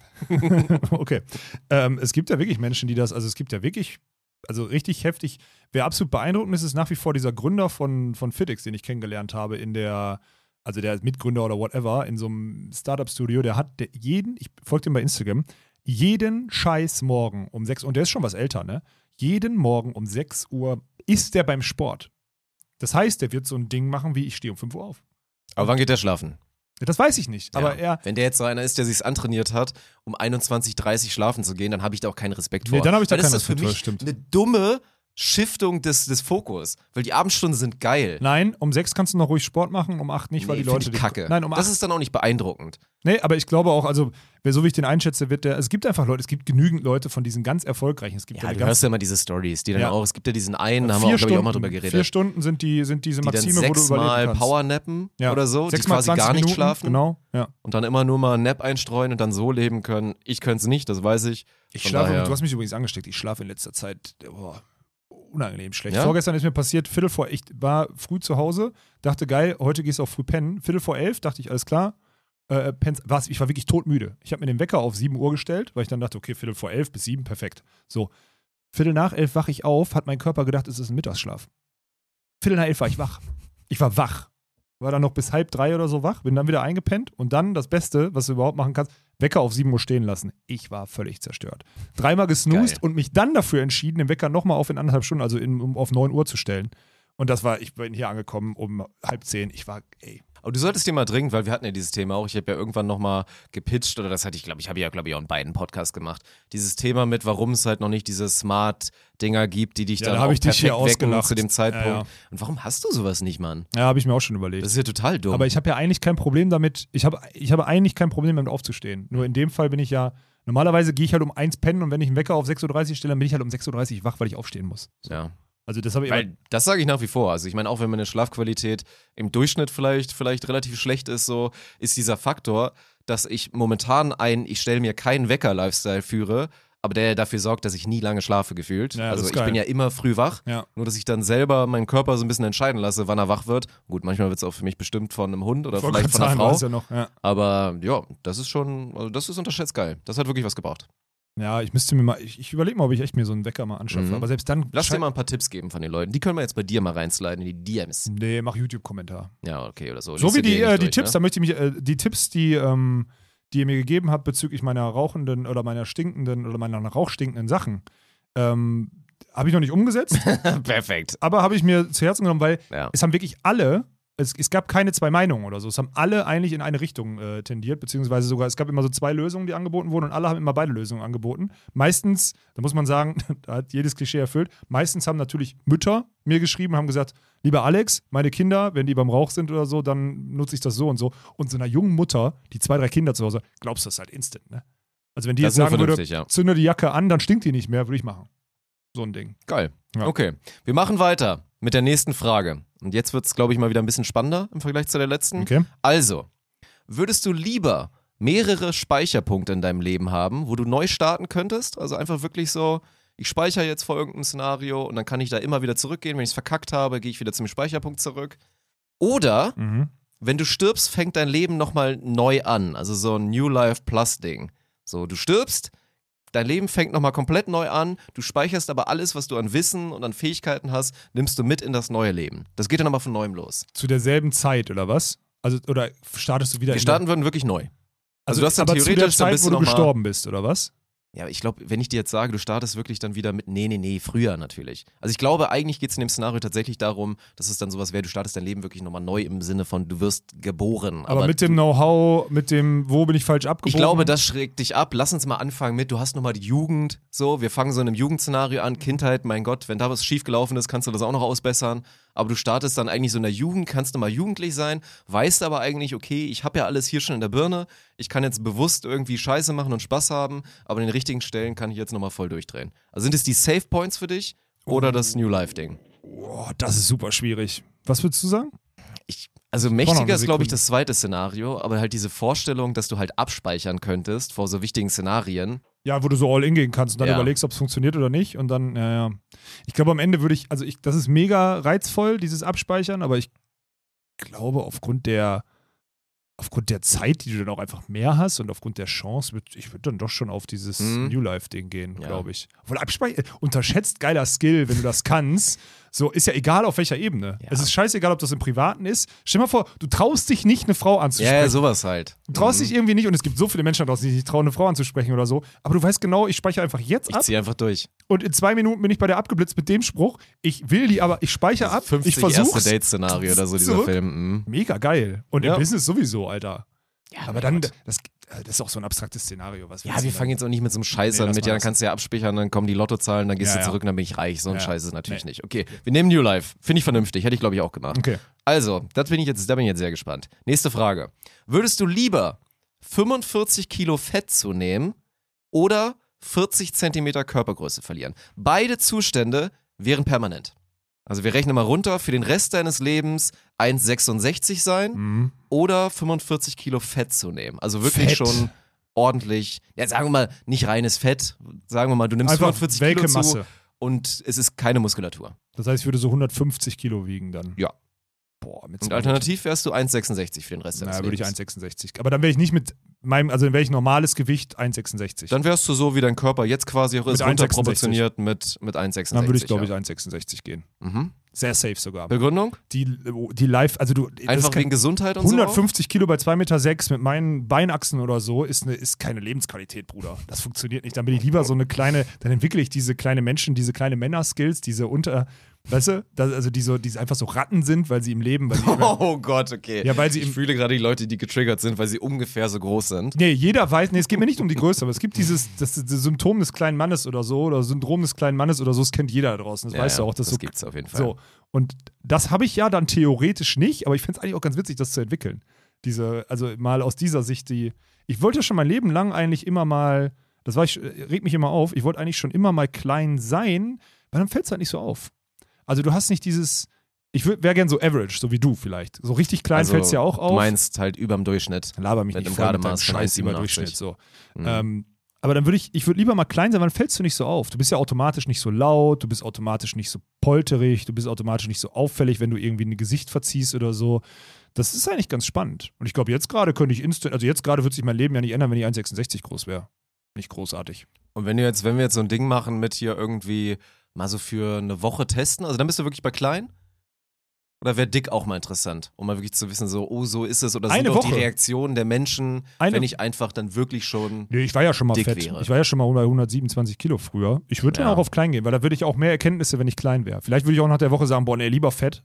Okay. Ähm, es gibt ja wirklich Menschen, die das, also es gibt ja wirklich, also richtig heftig. Wer absolut beeindruckend ist, ist nach wie vor dieser Gründer von, von FitX, den ich kennengelernt habe in der, also der Mitgründer oder whatever, in so einem Startup-Studio, der hat der jeden, ich folge dem bei Instagram, jeden scheiß Morgen um sechs Uhr, und der ist schon was älter, ne? Jeden Morgen um sechs Uhr ist der beim Sport. Das heißt, der wird so ein Ding machen wie, ich stehe um fünf Uhr auf. Aber wann geht der schlafen? Das weiß ich nicht, aber Ja. er... Wenn der jetzt so einer ist, der sich's antrainiert hat, um einundzwanzig Uhr dreißig schlafen zu gehen, dann habe ich da auch keinen Respekt vor. Nee, dann habe ich da Weil keinen das ist Respekt für vor, mich stimmt. eine dumme Shiftung des, des Fokus, weil die Abendstunden sind geil. Nein, um sechs kannst du noch ruhig Sport machen, um acht nicht, weil Nee, die find Leute... ich dich- kacke. Nein, um das acht... ist dann auch nicht beeindruckend. Nee, aber ich glaube auch, also, wer so wie ich den einschätze, wird der... Es gibt einfach Leute, es gibt genügend Leute von diesen ganz erfolgreichen. Es gibt Ja, eine du ganz, hörst ja immer diese Stories, die dann Ja. auch, es gibt ja diesen einen, da haben vier wir auch, glaube ich, auch mal Stunden- drüber geredet, Vier Stunden sind, die, sind diese die dann Maxime, wo du überleben sechsmal kannst. Powernappen Ja. oder so, die Sechsmal quasi zwanzig gar nicht Minuten, schlafen Genau, ja. und dann immer nur mal einen Nap einstreuen und dann so leben können. Ich könnte es nicht, das weiß ich. Ich Von schlafe, daher- du hast mich übrigens angesteckt, ich schlafe in letzter Zeit boah, unangenehm schlecht. Ja? Vorgestern ist mir passiert, Viertel vor, ich war früh zu Hause, dachte geil, heute gehst du auch früh pennen. Viertel vor elf, dachte ich, alles klar. Äh, pennst, was, ich war wirklich todmüde. Ich habe mir den Wecker auf sieben Uhr gestellt, weil ich dann dachte, okay, Viertel vor elf bis sieben, perfekt. So, Viertel nach elf wache ich auf, hat mein Körper gedacht, es ist ein Mittagsschlaf. Viertel nach elf war ich wach. Ich war wach. War dann noch bis halb drei oder so wach, bin dann wieder eingepennt und dann das Beste, was du überhaupt machen kannst, Wecker auf sieben Uhr stehen lassen. Ich war völlig zerstört. Dreimal gesnoost Geil. und mich dann dafür entschieden, den Wecker nochmal auf in anderthalb Stunden, also in, um auf neun Uhr zu stellen. Und das war, ich bin hier angekommen um halb zehn. Ich war, ey. Aber du solltest dir mal dringend, weil wir hatten ja dieses Thema auch, ich habe ja irgendwann nochmal gepitcht, oder das hatte ich, glaube ich, habe ja, glaube ich, auch in beiden Podcasts gemacht, dieses Thema mit, warum es halt noch nicht diese Smart-Dinger gibt, die dich Ja, dann da auch hab ich dich perfekt hier wecken ausgelacht. zu dem Zeitpunkt. Ja, ja. Und warum hast du sowas nicht, Mann? Ja, habe ich mir auch schon überlegt. Das ist ja total dumm. Aber ich habe ja eigentlich kein Problem damit, ich habe ich habe eigentlich kein Problem damit aufzustehen. Nur in dem Fall bin ich ja, normalerweise gehe ich halt um eins pennen und wenn ich einen Wecker auf sechs Uhr dreißig stelle, dann bin ich halt um sechs Uhr dreißig wach, weil ich aufstehen muss. ja. Also das habe ich immer, Weil das sage ich nach wie vor. Also ich meine, auch wenn meine Schlafqualität im Durchschnitt vielleicht, vielleicht relativ schlecht ist, so ist dieser Faktor, dass ich momentan ein, ich stelle mir keinen Wecker-Lifestyle führe, aber der dafür sorgt, dass ich nie lange schlafe gefühlt. Ja, das also ist ich geil. bin ja immer früh wach, ja. nur dass ich dann selber meinen Körper so ein bisschen entscheiden lasse, wann er wach wird. Gut, manchmal wird es auch für mich bestimmt von einem Hund oder Ich wollte vielleicht gerade von einer sagen, du Frau. hast ja noch, ja. Aber ja, das ist schon, also das ist unterschätzt geil. Das hat wirklich was gebracht. Ja, ich müsste mir mal, ich, ich überlege mal, ob ich echt mir so einen Wecker mal anschaffe. Mhm. Aber selbst dann. Lass dir scheint- mal ein paar Tipps geben von den Leuten. Die können wir jetzt bei dir mal reinsliden in die D Ms. Nee, mach YouTube-Kommentar. Ja, okay, oder so. So Liest wie du dir die, nicht äh, die durch, Tipps, ne? da möchte ich mich, äh, die Tipps, die, ähm, die ihr mir gegeben habt bezüglich meiner rauchenden oder meiner stinkenden oder meiner nach Rauch stinkenden Sachen, ähm, habe ich noch nicht umgesetzt, Perfekt. aber habe ich mir zu Herzen genommen, weil Ja. es haben wirklich alle, es, es gab keine zwei Meinungen oder so, es haben alle eigentlich in eine Richtung äh, tendiert, beziehungsweise sogar, es gab immer so zwei Lösungen, die angeboten wurden und alle haben immer beide Lösungen angeboten. Meistens, da muss man sagen, da hat jedes Klischee erfüllt, meistens haben natürlich Mütter mir geschrieben, haben gesagt, lieber Alex, meine Kinder, wenn die beim Rauch sind oder so, dann nutze ich das so und so. Und so einer jungen Mutter, die zwei, drei Kinder zu Hause, glaubst du das halt instant, ne? Also wenn die Das jetzt ist nur sagen würde, vernünftig, ja. zünde die Jacke an, dann stinkt die nicht mehr, würde ich machen. So ein Ding. Geil. Ja. Okay. Wir machen weiter mit der nächsten Frage. Und jetzt wird es, glaube ich, mal wieder ein bisschen spannender im Vergleich zu der letzten. Okay. Also, würdest du lieber mehrere Speicherpunkte in deinem Leben haben, wo du neu starten könntest? Also einfach wirklich so, ich speichere jetzt vor irgendeinem Szenario und dann kann ich da immer wieder zurückgehen. Wenn ich es verkackt habe, gehe ich wieder zum Speicherpunkt zurück. Oder, Mhm. wenn du stirbst, fängt dein Leben nochmal neu an. Also so ein New Life Plus Ding. So, du stirbst, dein Leben fängt nochmal komplett neu an, du speicherst aber alles, was du an Wissen und an Fähigkeiten hast, nimmst du mit in das neue Leben. Das geht dann nochmal von neuem los. Zu derselben Zeit, oder was? Also, oder startest du wieder Wir in starten würden wirklich neu. der, Also du hast dann aber zu der theoretisch, dann Zeit, bist wo du du noch mal- gestorben bist, oder was? Ja, ich glaube, wenn ich dir jetzt sage, du startest wirklich dann wieder mit, nee, nee, nee, früher natürlich. Also ich glaube, eigentlich geht es in dem Szenario tatsächlich darum, dass es dann sowas wäre, du startest dein Leben wirklich nochmal neu im Sinne von, du wirst geboren. Aber, mit dem Know-how, mit dem, wo bin ich falsch abgebogen? Ich glaube, das schrägt dich ab. Lass uns mal anfangen mit, du hast nochmal die Jugend. So, wir fangen so in einem Jugendszenario an. Kindheit, mein Gott, wenn da was schiefgelaufen ist, kannst du das auch noch ausbessern. Aber du startest dann eigentlich so in der Jugend, kannst nochmal jugendlich sein, weißt aber eigentlich, okay, ich habe ja alles hier schon in der Birne. Ich kann jetzt bewusst irgendwie Scheiße machen und Spaß haben, aber an den richtigen Stellen kann ich jetzt nochmal voll durchdrehen. Also sind es die Safe Points für dich oder das New Life-Ding? Boah, das ist super schwierig. Was würdest du sagen? Ich, also noch mächtiger eine ist, glaube ich, Sekunde. das zweite Szenario, aber halt diese Vorstellung, dass du halt abspeichern könntest vor so wichtigen Szenarien. Ja, wo du so all in gehen kannst und dann Ja. überlegst, ob es funktioniert oder nicht. Und dann, ja, ja. Ich glaube, am Ende würde ich, also ich, das ist mega reizvoll, dieses Abspeichern, aber ich glaube, aufgrund der, aufgrund der Zeit, die du dann auch einfach mehr hast und aufgrund der Chance, würd, ich würde dann doch schon auf dieses Mhm. New Life-Ding gehen, Ja. glaube ich. Obwohl Abspeichern, unterschätzt geiler Skill, wenn du das kannst. So, ist ja egal auf welcher Ebene. Ja. Es ist scheißegal, ob das im Privaten ist. Stell dir mal vor, du traust dich nicht, eine Frau anzusprechen. Ja, ja, sowas halt. Du traust Mhm. dich irgendwie nicht und es gibt so viele Menschen da draußen, die sich nicht trauen, eine Frau anzusprechen oder so. Aber du weißt genau, ich speichere einfach jetzt Ich ab ziehe einfach durch. und in zwei Minuten bin ich bei der abgeblitzt mit dem Spruch. Ich will die aber, ich speichere ab, fünfzig ich versuche erste Date-Szenario oder so, dieser zurück. Film. Mhm. Mega geil. Und Ja. im Business sowieso, Alter. Ja, Aber dann, das, das ist auch so ein abstraktes Szenario. Was Ja, wir fangen jetzt auch nicht mit so einem Scheiß Nee, an, lass mit mal ja, dann das. kannst du ja abspeichern, dann kommen die Lottozahlen, dann gehst Ja, du ja. zurück und dann bin ich reich. So ein Ja. Scheiß ist natürlich Nee. nicht. Okay, wir nehmen New Life. Finde ich vernünftig. Hätte ich, glaube ich, auch gemacht. Okay. Also, das bin ich jetzt, da bin ich jetzt sehr gespannt. Nächste Frage. Würdest du lieber fünfundvierzig Kilo Fett zunehmen oder vierzig Zentimeter Körpergröße verlieren? Beide Zustände wären permanent. Also wir rechnen mal runter, für den Rest deines Lebens eins Komma sechsundsechzig sein Mhm. oder fünfundvierzig Kilo Fett zunehmen. Also wirklich Fett. schon ordentlich, ja sagen wir mal, nicht reines Fett, sagen wir mal, du nimmst Einfach fünfundvierzig welke Kilo zu Masse. und es ist keine Muskulatur. Das heißt, ich würde so hundertfünfzig Kilo wiegen dann. Ja. Boah, mit Und zwei alternativ wärst du eins Komma sechsundsechzig für den Rest deines Na, würde ich Lebens. eins Komma sechsundsechzig. Aber dann wäre ich nicht mit meinem, also dann wäre ich normales Gewicht eins Komma sechsundsechzig. Dann wärst du so, wie dein Körper jetzt quasi auch ist, Mit eins Komma runterproportioniert mit, mit eins Komma sechsundsechzig. Dann würde ich, glaube ich, ja. eins Komma sechsundsechzig gehen. Mhm. Sehr safe sogar. Begründung? Die, die Live, also du, das Einfach ist kein- wegen Gesundheit und so? hundertfünfzig Kilo bei zwei Meter sechs mit meinen Beinachsen oder so ist, eine, ist keine Lebensqualität, Bruder. Das funktioniert nicht. Dann bin ich lieber so eine kleine, dann entwickle ich diese kleine Menschen, diese kleine Männer-Skills, diese unter, weißt du, das, also die, so, die einfach so Ratten sind, weil sie im Leben, weil sie immer, Oh Gott, okay. Ja, weil sie ich im- fühle gerade die Leute, die getriggert sind, weil sie ungefähr so groß sind. Nee, jeder weiß, nee, es geht mir nicht um die Größe, aber es gibt dieses das, das Symptom des kleinen Mannes oder so, oder Syndrom des kleinen Mannes oder so, das kennt jeder da draußen, das Ja, weißt ja, du auch. Das, das so, gibt's auf jeden Fall. So, und das habe ich ja dann theoretisch nicht, aber ich finde es eigentlich auch ganz witzig, das zu entwickeln. Diese, also mal aus dieser Sicht, die, ich wollte schon mein Leben lang eigentlich immer mal, das war ich, regt mich immer auf, ich wollte eigentlich schon immer mal klein sein, weil dann fällt es halt nicht so auf. Also du hast nicht dieses, ich wäre gern so average, so wie du vielleicht. So richtig klein Also, fällt es ja auch auf. Du meinst halt überm Durchschnitt. Laber mich mit nicht einem voll mit deinem Gardemaß von Scheiß über eins Komma Durchschnitt. siebenundachtzig. So. Mhm. Ähm, aber dann würde ich, ich würde lieber mal klein sein, weil dann fällst du nicht so auf. Du bist ja automatisch nicht so laut, du bist automatisch nicht so polterig, du bist automatisch nicht so auffällig, wenn du irgendwie ein Gesicht verziehst oder so. Das ist eigentlich ganz spannend. Und ich glaube, jetzt gerade könnte ich instant, also jetzt gerade würde sich mein Leben ja nicht ändern, wenn ich eins Komma sechsundsechzig groß wäre. Nicht großartig. Und wenn du jetzt, wenn wir jetzt so ein Ding machen mit hier irgendwie mal so für eine Woche testen, also dann bist du wirklich bei klein? Oder wäre dick auch mal interessant, um mal wirklich zu wissen, so, oh, so ist es, oder sind Eine auch die Woche. Reaktionen der Menschen, Eine- wenn ich einfach dann wirklich schon. Nee, ich war ja schon mal Dick fett. wäre. Ich war ja schon mal bei hundertsiebenundzwanzig Kilo früher. Ich würde Ja. dann auch auf klein gehen, weil da würde ich auch mehr Erkenntnisse, wenn ich klein wäre. Vielleicht würde ich auch nach der Woche sagen, boah, nee, lieber fett.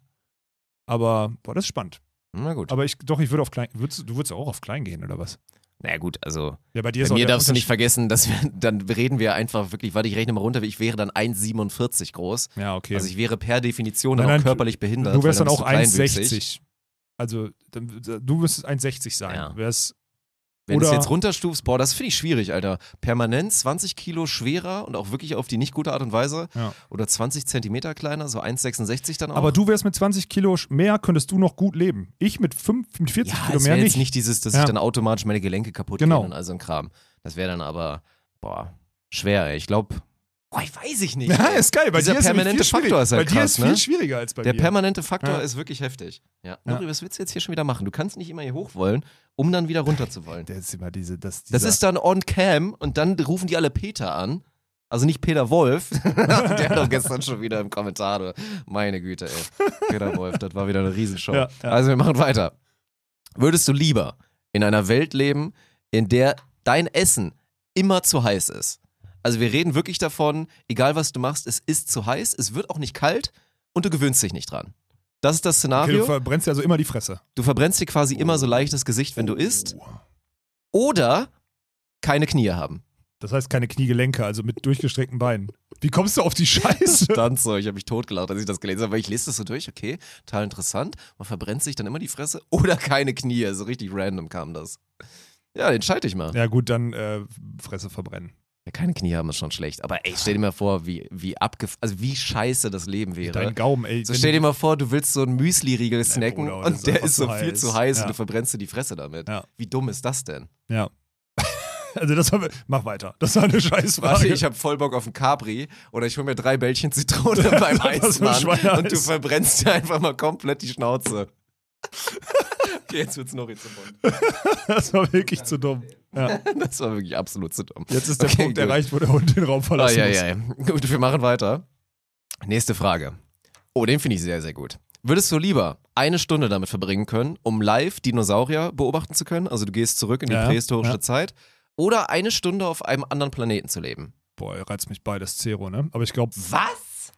Aber, boah, das ist spannend. Na gut. Aber ich, doch, ich würde auf klein, würdest, du würdest auch auf klein gehen, oder was? Na gut, also Ja, bei dir bei ist auch mir der darfst du nicht Unterschied- vergessen, dass wir, dann reden wir einfach wirklich, warte, ich rechne mal runter, ich wäre dann eins Komma siebenundvierzig groß. Ja, okay. Also ich wäre per Definition Nein, dann auch nein, körperlich behindert. du wärst weil dann auch bist du eins Komma kleinwüchsig. sechzig. Also, dann, du müsstest eins Komma sechzig sein. Ja. Wär's, Wenn du es Oder- jetzt runterstufst, boah, das finde ich schwierig, Alter. Permanent zwanzig Kilo schwerer und auch wirklich auf die nicht gute Art und Weise. Ja. Oder zwanzig Zentimeter kleiner, so eins Komma sechsundsechzig dann auch. aber du wärst mit zwanzig Kilo mehr, könntest du noch gut leben. Ich mit, fünf, mit vierzig ja, Kilo es mehr wäre jetzt nicht. nicht dieses, dass Ja. ich dann automatisch meine Gelenke kaputt Genau. gehen und all so ein Kram. Das wäre dann aber, boah, schwer, ey. Ich glaube, boah, ich weiß ich nicht. Ja, ey. ist geil. Bei Dieser dir ist nämlich permanente viel schwierig. Faktor ist halt Bei dir krass, ist viel ne? schwieriger als bei Der mir. permanente Faktor Ja. ist wirklich heftig. Ja. Ja. Nuri, was willst du jetzt hier schon wieder machen? Du kannst nicht immer hier hoch wollen, um dann wieder runter zu wollen. Der ist immer diese, das, Das dieser- ist dann on cam und dann rufen die alle Peter an. Also nicht Peter Wolf. Der hat doch gestern schon wieder im Kommentar. Du. Meine Güte, ey. Peter Wolf, das war wieder eine Riesenshow. Ja, ja. Also wir machen weiter. Würdest du lieber in einer Welt leben, in der dein Essen immer zu heiß ist? Also wir reden wirklich davon, egal was du machst, es ist zu heiß, es wird auch nicht kalt und du gewöhnst dich nicht dran. Das ist das Okay, Szenario. du verbrennst ja also immer die Fresse. Du verbrennst dir quasi immer so leicht das Gesicht, wenn du isst. Oder keine Knie haben. Das heißt keine Kniegelenke, also mit durchgestreckten Beinen. Wie kommst du auf die Scheiße? Stand so, ich habe mich totgelacht, als ich das gelesen habe, weil ich lese das so durch, okay, total interessant. Man verbrennt sich dann immer die Fresse oder keine Knie, so richtig random kam das. Ja, entscheide ich mal. Ja. Ja gut, dann äh, Fresse verbrennen. keine Knie haben ist schon schlecht, aber ey, stell dir mal vor, wie, wie abgef... also wie scheiße das Leben wäre. Dein Gaumen, ey. So wenn stell dir du- mal vor, du willst so einen Müsli-Riegel snacken Bruder, das ist und der einfach ist so zu viel heiß. zu heiß Ja. und du verbrennst dir die Fresse damit. Ja. Wie dumm ist das denn? Ja. Also das war, mach weiter. Das war eine Scheißfrage. Warte, ich habe voll Bock auf einen Capri oder ich hole mir drei Bällchen Zitrone beim Das war Eismann Schweineeis. und du verbrennst dir einfach mal komplett die Schnauze. Okay, jetzt wird's noch zu bunt. Das war wirklich zu dumm. Ja. Das war wirklich absolut zu dumm. Jetzt ist der Okay, Punkt gut. erreicht, wo der Hund den Raum Ah, verlassen ja, muss. ja, ja. Gut, wir machen weiter. Nächste Frage. Oh, den finde ich sehr, sehr gut. Würdest du lieber eine Stunde damit verbringen können, um live Dinosaurier beobachten zu können? Also du gehst zurück in die Ja, prähistorische ja. Zeit. Oder eine Stunde auf einem anderen Planeten zu leben? Boah, reizt mich beides Zero, ne? Aber ich glaube. Was?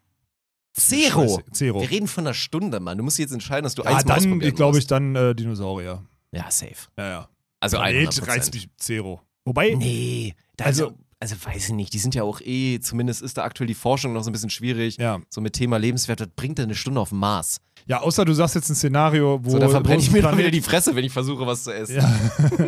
Zero? Zero. Wir reden von einer Stunde, Mann. Du musst jetzt entscheiden, dass du Ja, eins mal dann, ausprobieren ich glaube musst. ich, dann äh, Dinosaurier. Ja, safe. Ja, ja. Also Planet hundert Prozent. reizt mich Zero. Wobei, Nee, da Also- also, also weiß ich nicht, die sind ja auch eh, zumindest ist da aktuell die Forschung noch so ein bisschen schwierig. ja. So mit Thema Lebenswert, das bringt da eine Stunde auf den Mars. Ja, außer du sagst jetzt ein Szenario, wo. So, da verbrenne wo ich es mir ein doch wieder Planet- die Fresse, wenn ich versuche, was zu essen. Ja.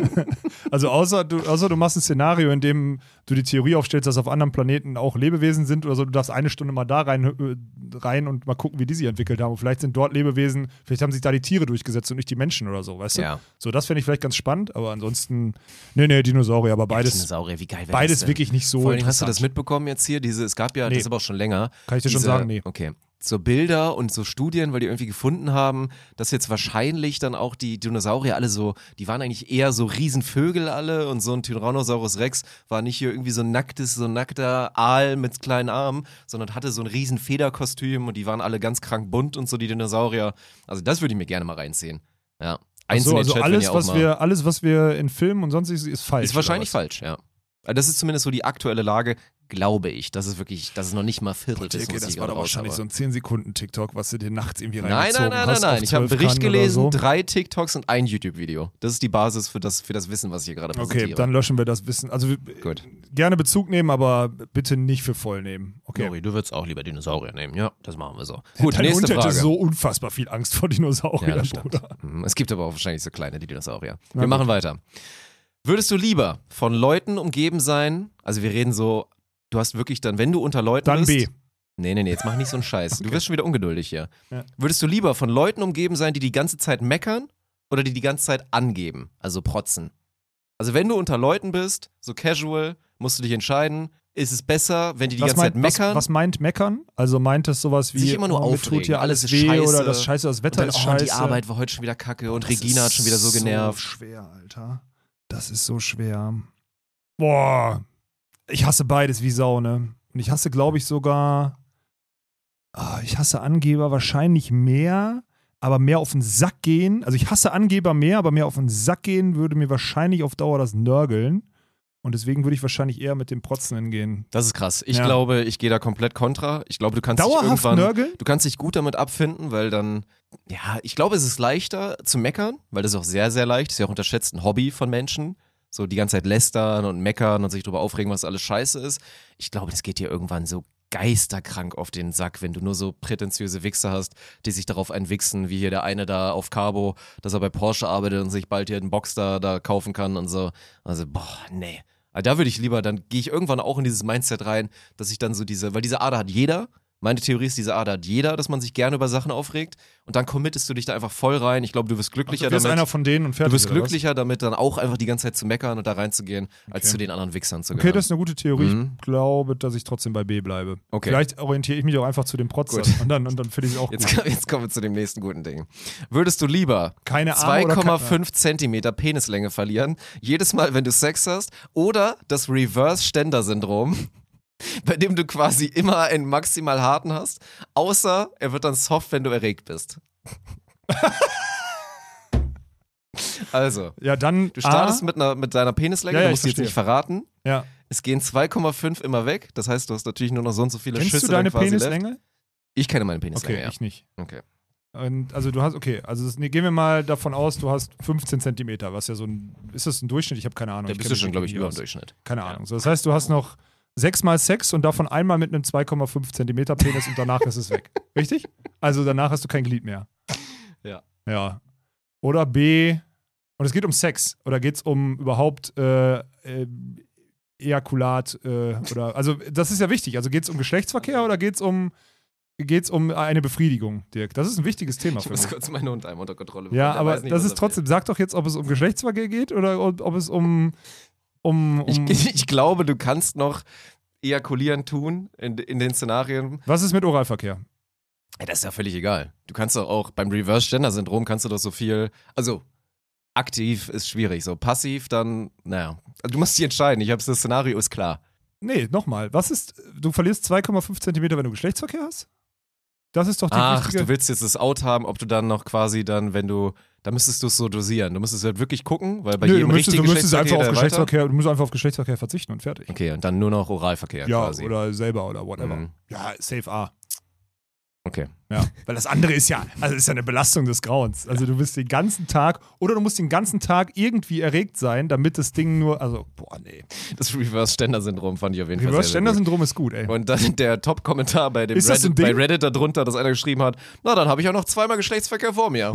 Also außer du, außer du machst ein Szenario, in dem du die Theorie aufstellst, dass auf anderen Planeten auch Lebewesen sind oder so, du darfst eine Stunde mal da rein, äh, rein und mal gucken, wie die sich entwickelt haben. Und vielleicht sind dort Lebewesen, vielleicht haben sich da die Tiere durchgesetzt und nicht die Menschen oder so, weißt du? Ja. So, das fände ich vielleicht ganz spannend, aber ansonsten, nee, nee, Dinosaurier, aber beides, Dinosaurier, wie geil wäre beides das denn? wirklich nicht so Vor allem, hast du interessant. das mitbekommen jetzt hier? Diese, es gab ja, Nee. das ist aber auch schon länger. Kann ich dir diese, schon sagen, nee. Okay. So Bilder und so Studien, weil die irgendwie gefunden haben, dass jetzt wahrscheinlich dann auch die Dinosaurier alle so, die waren eigentlich eher so Riesenvögel alle und so ein Tyrannosaurus Rex war nicht hier irgendwie so ein nacktes, so ein nackter Aal mit kleinen Armen, sondern hatte so ein riesen Federkostüm und die waren alle ganz krank bunt und so, die Dinosaurier. Also das würde ich mir gerne mal reinziehen. Ja. Ach so, Einzelne also Chat, wenn alles, ihr auch was mal- wir, alles, was wir in Filmen und sonst ist, ist falsch. Ist wahrscheinlich oder was? falsch, ja. Also das ist zumindest so die aktuelle Lage, glaube ich. Das ist wirklich, das ist noch nicht mal Viertel des, Dicke, was das ich war gerade doch wahrscheinlich raus so ein zehn Sekunden TikTok, was du dir nachts irgendwie Nein, reingezogen nein, nein, nein, hast. nein. auf Ich habe einen zwölf Bericht Kann oder gelesen, so. drei TikToks und ein YouTube-Video. Das ist die Basis für das, für das Wissen, was ich hier gerade präsentiere. Okay, dann löschen wir das Wissen. Also wir- Gut. gerne Bezug nehmen, aber bitte nicht für voll nehmen. Okay. Lori, du würdest auch lieber Dinosaurier nehmen. Ja, das machen wir so. Gut, Dein nächste Hund hätte Frage. so unfassbar viel Angst vor ja, Dinosauriern, das stimmt. Bruder. Hm, Es gibt aber auch wahrscheinlich so kleine, die Dinosaurier. Na Wir machen gut. weiter. Würdest du lieber von Leuten umgeben sein, also wir reden so, du hast wirklich dann, wenn du unter Leuten Dann bist. B. Nee, nee, nee, jetzt mach nicht so einen Scheiß. Du wirst schon wieder ungeduldig hier. Ja. Würdest du lieber von Leuten umgeben sein, die die ganze Zeit meckern oder die die ganze Zeit angeben, also protzen? Also wenn du unter Leuten bist, so casual, musst du dich entscheiden, ist es besser, wenn die die Was ganze Zeit meint, was, meckern? was meint meckern? Also meint es sowas wie, Sich immer nur oh, mir aufregen, tut hier alles alles ist weh scheiße. oder das Scheiße, das und Wetter dann, ist oh, scheiße. die Arbeit war heute schon wieder kacke und Das Regina hat schon wieder so ist genervt. So schwer, Alter. Das ist so schwer. Boah. Ich hasse beides wie Sau, ne? Und ich hasse, glaube ich, sogar. Ah, ich hasse Angeber wahrscheinlich mehr, aber mehr auf den Sack gehen. Also ich hasse Angeber mehr, aber mehr auf den Sack gehen würde mir wahrscheinlich auf Dauer das Nörgeln. Und deswegen würde ich wahrscheinlich eher mit dem Protzen hingehen. Das ist krass. Ich Ja. glaube, ich gehe da komplett kontra. Ich glaube, du kannst dich Dauerhaft irgendwann, nörgeln? du kannst dich gut damit abfinden, weil dann, ja, ich glaube, es ist leichter zu meckern, weil das ist auch sehr, sehr leicht. Das ist ja auch unterschätzt ein Hobby von Menschen. So die ganze Zeit lästern und meckern und sich darüber aufregen, was alles scheiße ist. Ich glaube, das geht dir irgendwann so geisterkrank auf den Sack, wenn du nur so prätentiöse Wichser hast, die sich darauf einwichsen, wie hier der eine da auf Cabo, dass er bei Porsche arbeitet und sich bald hier einen Boxster da kaufen kann und so. Also, boah, nee. Aber da würde ich lieber, dann gehe ich irgendwann auch in dieses Mindset rein, dass ich dann so diese, weil diese Ader hat jeder. Meine Theorie ist, diese Ader hat jeder, dass man sich gerne über Sachen aufregt und dann committest du dich da einfach voll rein. Ich glaube, du wirst glücklicher Ach, du wirst damit. einer von denen und fertig. Du bist oder was? glücklicher damit, dann auch einfach die ganze Zeit zu meckern und da reinzugehen, als Okay. zu den anderen Wichsern zu Okay, gehören. das ist eine gute Theorie. Mhm. Ich glaube, dass ich trotzdem bei B bleibe. Okay. Vielleicht orientiere ich mich auch einfach zu dem Protzern Gut. und dann, und dann finde ich es auch Jetzt, gut. jetzt kommen wir zu dem nächsten guten Ding. Würdest du lieber Keine Arme zwei oder Komma Ka- fünf Zentimeter Penislänge verlieren, jedes Mal, wenn du Sex hast, oder das Reverse-Ständer-Syndrom, bei dem du quasi immer einen maximal harten hast, außer er wird dann soft, wenn du erregt bist. Also, Ja, dann. du startest A, mit, einer, mit deiner Penislänge, Ja, ja, du musst ich dich jetzt nicht verraten. Ja. Es gehen zwei Komma fünf immer weg, das heißt, du hast natürlich nur noch so und so viele Kennst Schüsse du deine dann quasi left. Penislänge? Ich kenne meine Penislänge, Okay, ja. ich nicht. Okay. Und also du hast, okay, also das, nee, gehen wir mal davon aus, du hast fünfzehn Zentimeter, was ja so ein, ist das ein Durchschnitt? Ich habe keine Ahnung. Da Ich bist kenn du schon, mich glaube ich, nicht über aus. dem Durchschnitt. Keine Ja. Ahnung. So, das heißt, du hast noch sechsmal Sex und davon einmal mit einem zwei Komma fünf Zentimeter Penis und danach ist es weg. Richtig? Also danach hast du kein Glied mehr. Ja. Ja. Oder B, und es geht um Sex. Oder geht es um überhaupt äh, äh, Ejakulat äh, oder, also das ist ja wichtig. Also geht es um Geschlechtsverkehr oder geht es um, geht's um eine Befriedigung, Dirk? Das ist ein wichtiges Thema Ich für muss mich. kurz meinen Hund einmal unter Kontrolle bekommen. Ja, Der aber weiß nicht, das was ist er trotzdem, sag doch jetzt, ob es um Geschlechtsverkehr geht oder ob es um, um, um will. Ich, ich glaube, du kannst noch ejakulieren tun in, in den Szenarien. was ist mit Oralverkehr? Ja, das ist ja völlig egal. Du kannst doch auch beim Reverse-Gender-Syndrom kannst du doch so viel, also aktiv ist schwierig, so passiv dann, naja. Also, du musst dich entscheiden, ich habe das Szenario ist klar. Nee, nochmal. Was ist, du verlierst zwei Komma fünf Zentimeter, wenn du Geschlechtsverkehr hast? Das ist doch die Ach, wichtige... du willst jetzt das Out haben, ob du dann noch quasi dann, wenn du, da müsstest du es so dosieren. Du müsstest halt wirklich gucken, weil bei Nö, jedem du müsstest, du richtigen müsstest einfach auf der weiter- Geschlechtsverkehr, du musst einfach auf Geschlechtsverkehr verzichten und fertig. Okay, und dann nur noch Oralverkehr Ja, quasi. oder selber oder whatever. Mhm. Ja, safe A. Okay. Ja, weil das andere ist ja, also ist ja eine Belastung des Grauens. Also du bist den ganzen Tag, oder du musst den ganzen Tag irgendwie erregt sein, damit das Ding nur, also, boah, nee. Das Reverse-Ständer-Syndrom fand ich auf jeden Fall sehr, sehr gut. Reverse-Ständer-Syndrom ist gut, ey. Und dann der Top-Kommentar bei dem Ist das Reddit, ein Ding? bei Reddit darunter, dass einer geschrieben hat, na, dann habe ich auch noch zweimal Geschlechtsverkehr vor mir.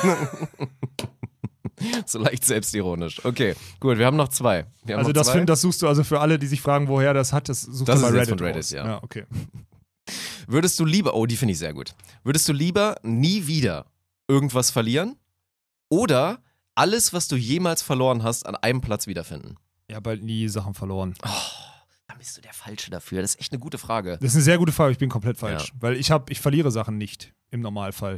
So leicht selbstironisch. Okay, gut, wir haben noch zwei. Wir haben Also noch das, zwei. find, das suchst du also für alle, die sich fragen, woher das hat, das suchst Das du bei ist jetzt Reddit von Reddit, raus. ja. Ja, okay. Würdest du lieber, oh, die finde ich sehr gut. Würdest du lieber nie wieder irgendwas verlieren oder alles, was du jemals verloren hast, an einem Platz wiederfinden? Ich habe halt nie Sachen verloren. Oh, dann bist du der Falsche dafür. Das ist echt eine gute Frage. Das ist eine sehr gute Frage, ich bin komplett falsch. Ja. Weil ich habe, ich verliere Sachen nicht im Normalfall.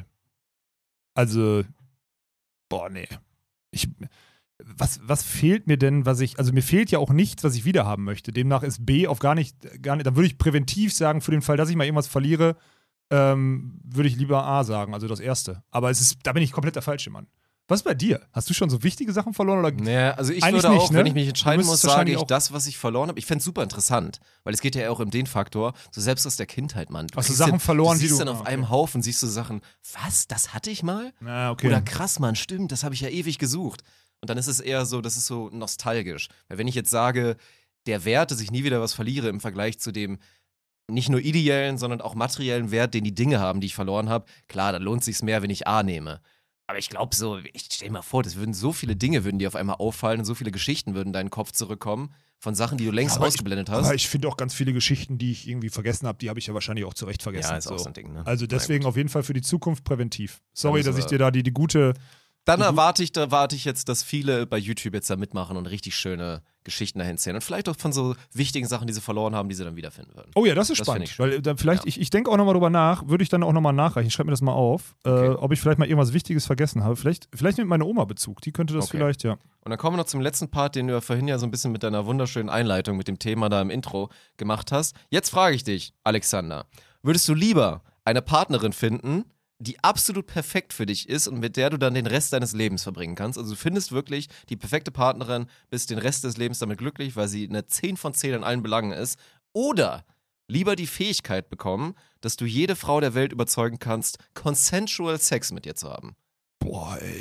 Also, boah, nee. Ich, was, was fehlt mir denn, was ich, also mir fehlt ja auch nichts, was ich wiederhaben möchte. Demnach ist B auf gar nicht, gar nicht, dann würde ich präventiv sagen, für den Fall, dass ich mal irgendwas verliere, ähm, würde ich lieber A sagen, also das Erste. Aber es ist, da bin ich komplett der falsche Mann. Was ist bei dir? Hast du schon so wichtige Sachen verloren? Oder? Naja, also ich Eigentlich würde nicht, auch, ne? wenn ich mich entscheiden Du muss, müsstest sage wahrscheinlich ich auch- das, was ich verloren habe. Ich fände es super interessant, weil es geht ja auch um den Faktor, so selbst aus der Kindheit, Mann. Du Hast du kriegst Sachen ja, verloren, du die siehst du- dann ah, auf okay. einem Haufen, siehst du Sachen, was, das hatte ich mal? Na, okay. Oder krass, Mann, stimmt, das habe ich ja ewig gesucht. Und dann ist es eher so, das ist so nostalgisch. Weil wenn ich jetzt sage, der Wert, dass ich nie wieder was verliere im Vergleich zu dem nicht nur ideellen, sondern auch materiellen Wert, den die Dinge haben, die ich verloren habe, klar, dann lohnt es sich mehr, wenn ich A nehme. Aber ich glaube so, ich stell mir vor, das würden so viele Dinge würden dir auf einmal auffallen und so viele Geschichten würden in deinen Kopf zurückkommen von Sachen, die du längst Aber ich- ausgeblendet hast. Aber ich finde auch ganz viele Geschichten, die ich irgendwie vergessen habe, die habe ich ja wahrscheinlich auch zu Recht vergessen. ja, ist auch so. so ein Ding, ne? Also deswegen Na gut. auf jeden Fall für die Zukunft präventiv. Sorry, Dann dass müssen ich wir- dir da die, die gute. Dann die gu- erwarte ich, da erwarte ich jetzt, dass viele bei YouTube jetzt da mitmachen und richtig schöne Geschichten dahin zählen. Und vielleicht auch von so wichtigen Sachen, die sie verloren haben, die sie dann wiederfinden würden. Oh ja, das ist Das spannend. find ich Weil dann vielleicht, Ja. ich, ich denke auch nochmal drüber nach, würde ich dann auch nochmal nachreichen. Ich schreibe mir das mal auf, Okay. äh, ob ich vielleicht mal irgendwas Wichtiges vergessen habe. Vielleicht, vielleicht mit meiner Oma Bezug. Die könnte das Okay. vielleicht, ja. Und dann kommen wir noch zum letzten Part, den du ja vorhin ja so ein bisschen mit deiner wunderschönen Einleitung, mit dem Thema da im Intro gemacht hast. Jetzt frage ich dich, Alexander, würdest du lieber eine Partnerin finden, die absolut perfekt für dich ist und mit der du dann den Rest deines Lebens verbringen kannst? Also du findest wirklich die perfekte Partnerin, bist den Rest des Lebens damit glücklich, weil sie eine zehn von zehn in allen Belangen ist. Oder lieber die Fähigkeit bekommen, dass du jede Frau der Welt überzeugen kannst, consensual Sex mit dir zu haben. Boah, ey.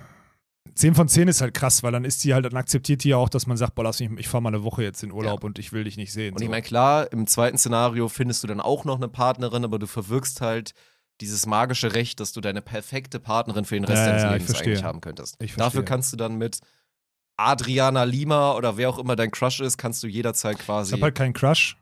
zehn von zehn ist halt krass, weil dann ist die halt, dann akzeptiert die ja auch, dass man sagt, boah, lass mich, ich fahre mal eine Woche jetzt in Urlaub Ja. und ich will dich nicht sehen. Und so. ich meine, klar, im zweiten Szenario findest du dann auch noch eine Partnerin, aber du verwirkst halt dieses magische Recht, dass du deine perfekte Partnerin für den Rest Ja, deines ja, ich Lebens verstehe. eigentlich haben könntest. Ich Dafür verstehe. kannst du dann mit Adriana Lima oder wer auch immer dein Crush ist, kannst du jederzeit Ich quasi. habe halt keinen Crush.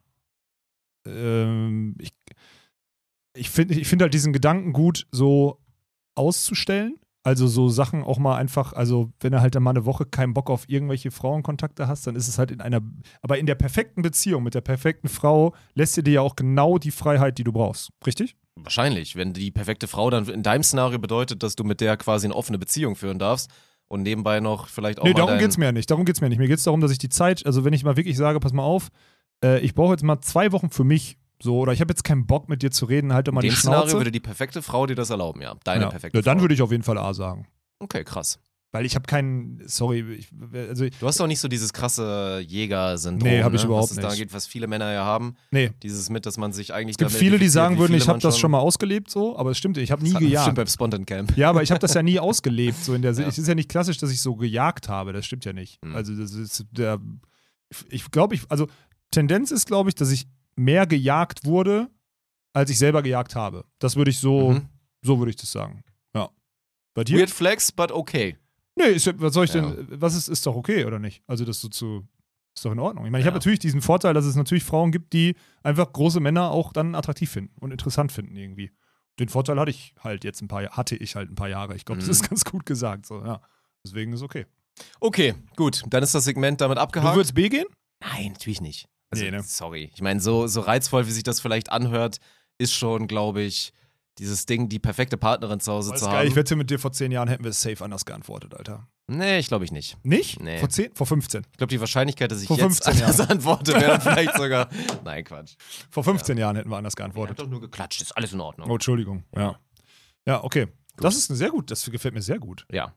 Ähm, ich ich finde ich find halt diesen Gedanken gut, so auszustellen. Also so Sachen auch mal einfach, also wenn du halt dann mal eine Woche keinen Bock auf irgendwelche Frauenkontakte hast, dann ist es halt in einer, aber in der perfekten Beziehung mit der perfekten Frau lässt dir dir ja auch genau die Freiheit, die du brauchst. Richtig? Wahrscheinlich, wenn die perfekte Frau dann in deinem Szenario bedeutet, dass du mit der quasi eine offene Beziehung führen darfst und nebenbei noch vielleicht auch Nee, mal darum dein, geht's mir ja nicht. Darum geht's mir nicht. Mir geht's darum, dass ich die Zeit, also wenn ich mal wirklich sage, pass mal auf, äh, ich brauche jetzt mal zwei Wochen für mich, so, oder ich habe jetzt keinen Bock mit dir zu reden, halt doch mal in die dem Szenario Schnauze. würde die perfekte Frau dir das erlauben, ja. Deine ja. perfekte ja, dann Frau. würde ich auf jeden Fall A sagen. Okay, krass. Weil ich habe keinen, sorry, ich, also, Du hast doch nicht so dieses krasse Jäger-Syndrom, Nee, hab ich ne? überhaupt was es da nicht. geht, was viele Männer ja haben. nee. Dieses mit, dass man sich eigentlich Es gibt damit viele, die identifiziert, sagen wie würden, viele ich habe man das schon mal ausgelebt, so, aber es stimmt, ich habe nie Das hat man gejagt. bestimmt beim Spontan Camp. Ja, aber ich habe das ja nie ausgelebt. So in der, Ja. Es ist ja nicht klassisch, dass ich so gejagt habe. Das stimmt ja nicht. Mhm. Also das ist der. Ich glaube, ich, also Tendenz ist, glaube ich, dass ich mehr gejagt wurde, als ich selber gejagt habe. Das würde ich so, Mhm. so würde ich das sagen. Ja. Bei dir? Weird flex, but okay. Nee, ist, was soll ich Ja. denn? Was ist, ist doch okay oder nicht? Also das so zu. Ist doch in Ordnung. Ich meine, ich Ja. habe natürlich diesen Vorteil, dass es natürlich Frauen gibt, die einfach große Männer auch dann attraktiv finden und interessant finden irgendwie. Den Vorteil hatte ich halt jetzt ein paar Jahre, hatte ich halt ein paar Jahre. Ich glaube, das Mhm. ist ganz gut gesagt. So, ja. Deswegen ist okay. Okay, gut. Dann ist das Segment damit Du abgehakt. würdest B gehen? Nein, natürlich nicht. Also, Nee, ne? sorry. Ich meine, so, so reizvoll, wie sich das vielleicht anhört, ist schon, glaube ich, dieses Ding, die perfekte Partnerin zu Hause Das zu ist haben. geil. Ich wette, mit dir vor zehn Jahren hätten wir es safe anders geantwortet, Alter. Nee, ich glaube ich nicht. Nicht? Nee. Vor zehn? Vor fünfzehn. Ich glaube, die Wahrscheinlichkeit, dass ich Vor jetzt fünfzehn anders antworte, wäre dann vielleicht sogar. Nein, Quatsch. Vor fünfzehn Jahren hätten wir anders Ich geantwortet. hab doch nur geklatscht, ist alles in Ordnung. Oh, Entschuldigung. Ja. Ja, okay. Das ist eine sehr gut, das gefällt mir sehr gut. Ja.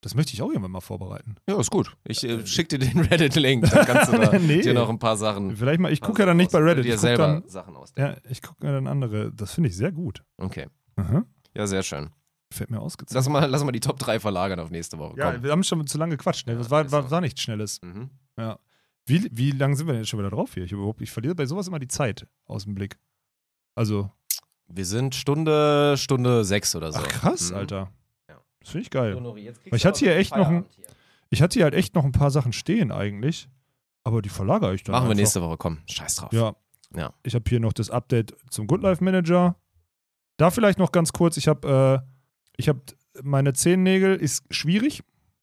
Das möchte ich auch irgendwann mal vorbereiten. Ja, ist gut. Ich äh, schicke dir den Reddit-Link, dann kannst du da Nee. dir noch ein paar Sachen. Vielleicht mal, ich gucke ja dann nicht bei Reddit. Dir Ich gucke selber dann, Sachen aus. ja, ich gucke mir dann andere. Das finde ich sehr gut. Okay. Aha. Ja, sehr schön. Fällt mir ausgezeichnet. Lass mal, lass mal die Top drei verlagern auf nächste Woche. Ja, Komm. wir haben schon zu lange gequatscht. Ne? Ja, Das war, ist war, so. war nichts Schnelles. Mhm. Ja. Wie, wie lange sind wir denn jetzt schon wieder drauf hier? Ich, überhaupt, ich verliere bei sowas immer die Zeit aus dem Blick. Also, Wir sind Stunde, Stunde sechs oder so. ach krass, Mhm. Alter. Ja. Das finde ich geil. So, Nori, jetzt kriegst Weil ich du hatte aber hier echt noch ein- Feierabend hier. Ich hatte hier halt echt noch ein paar Sachen stehen eigentlich. Aber die verlagere ich dann Machen wir einfach. nächste Woche, komm. Scheiß drauf. Ja. Ja. Ich habe hier noch das Update zum Good Life Manager. Da vielleicht noch ganz kurz. Ich habe äh, ich habe meine Zehennägel ist schwierig.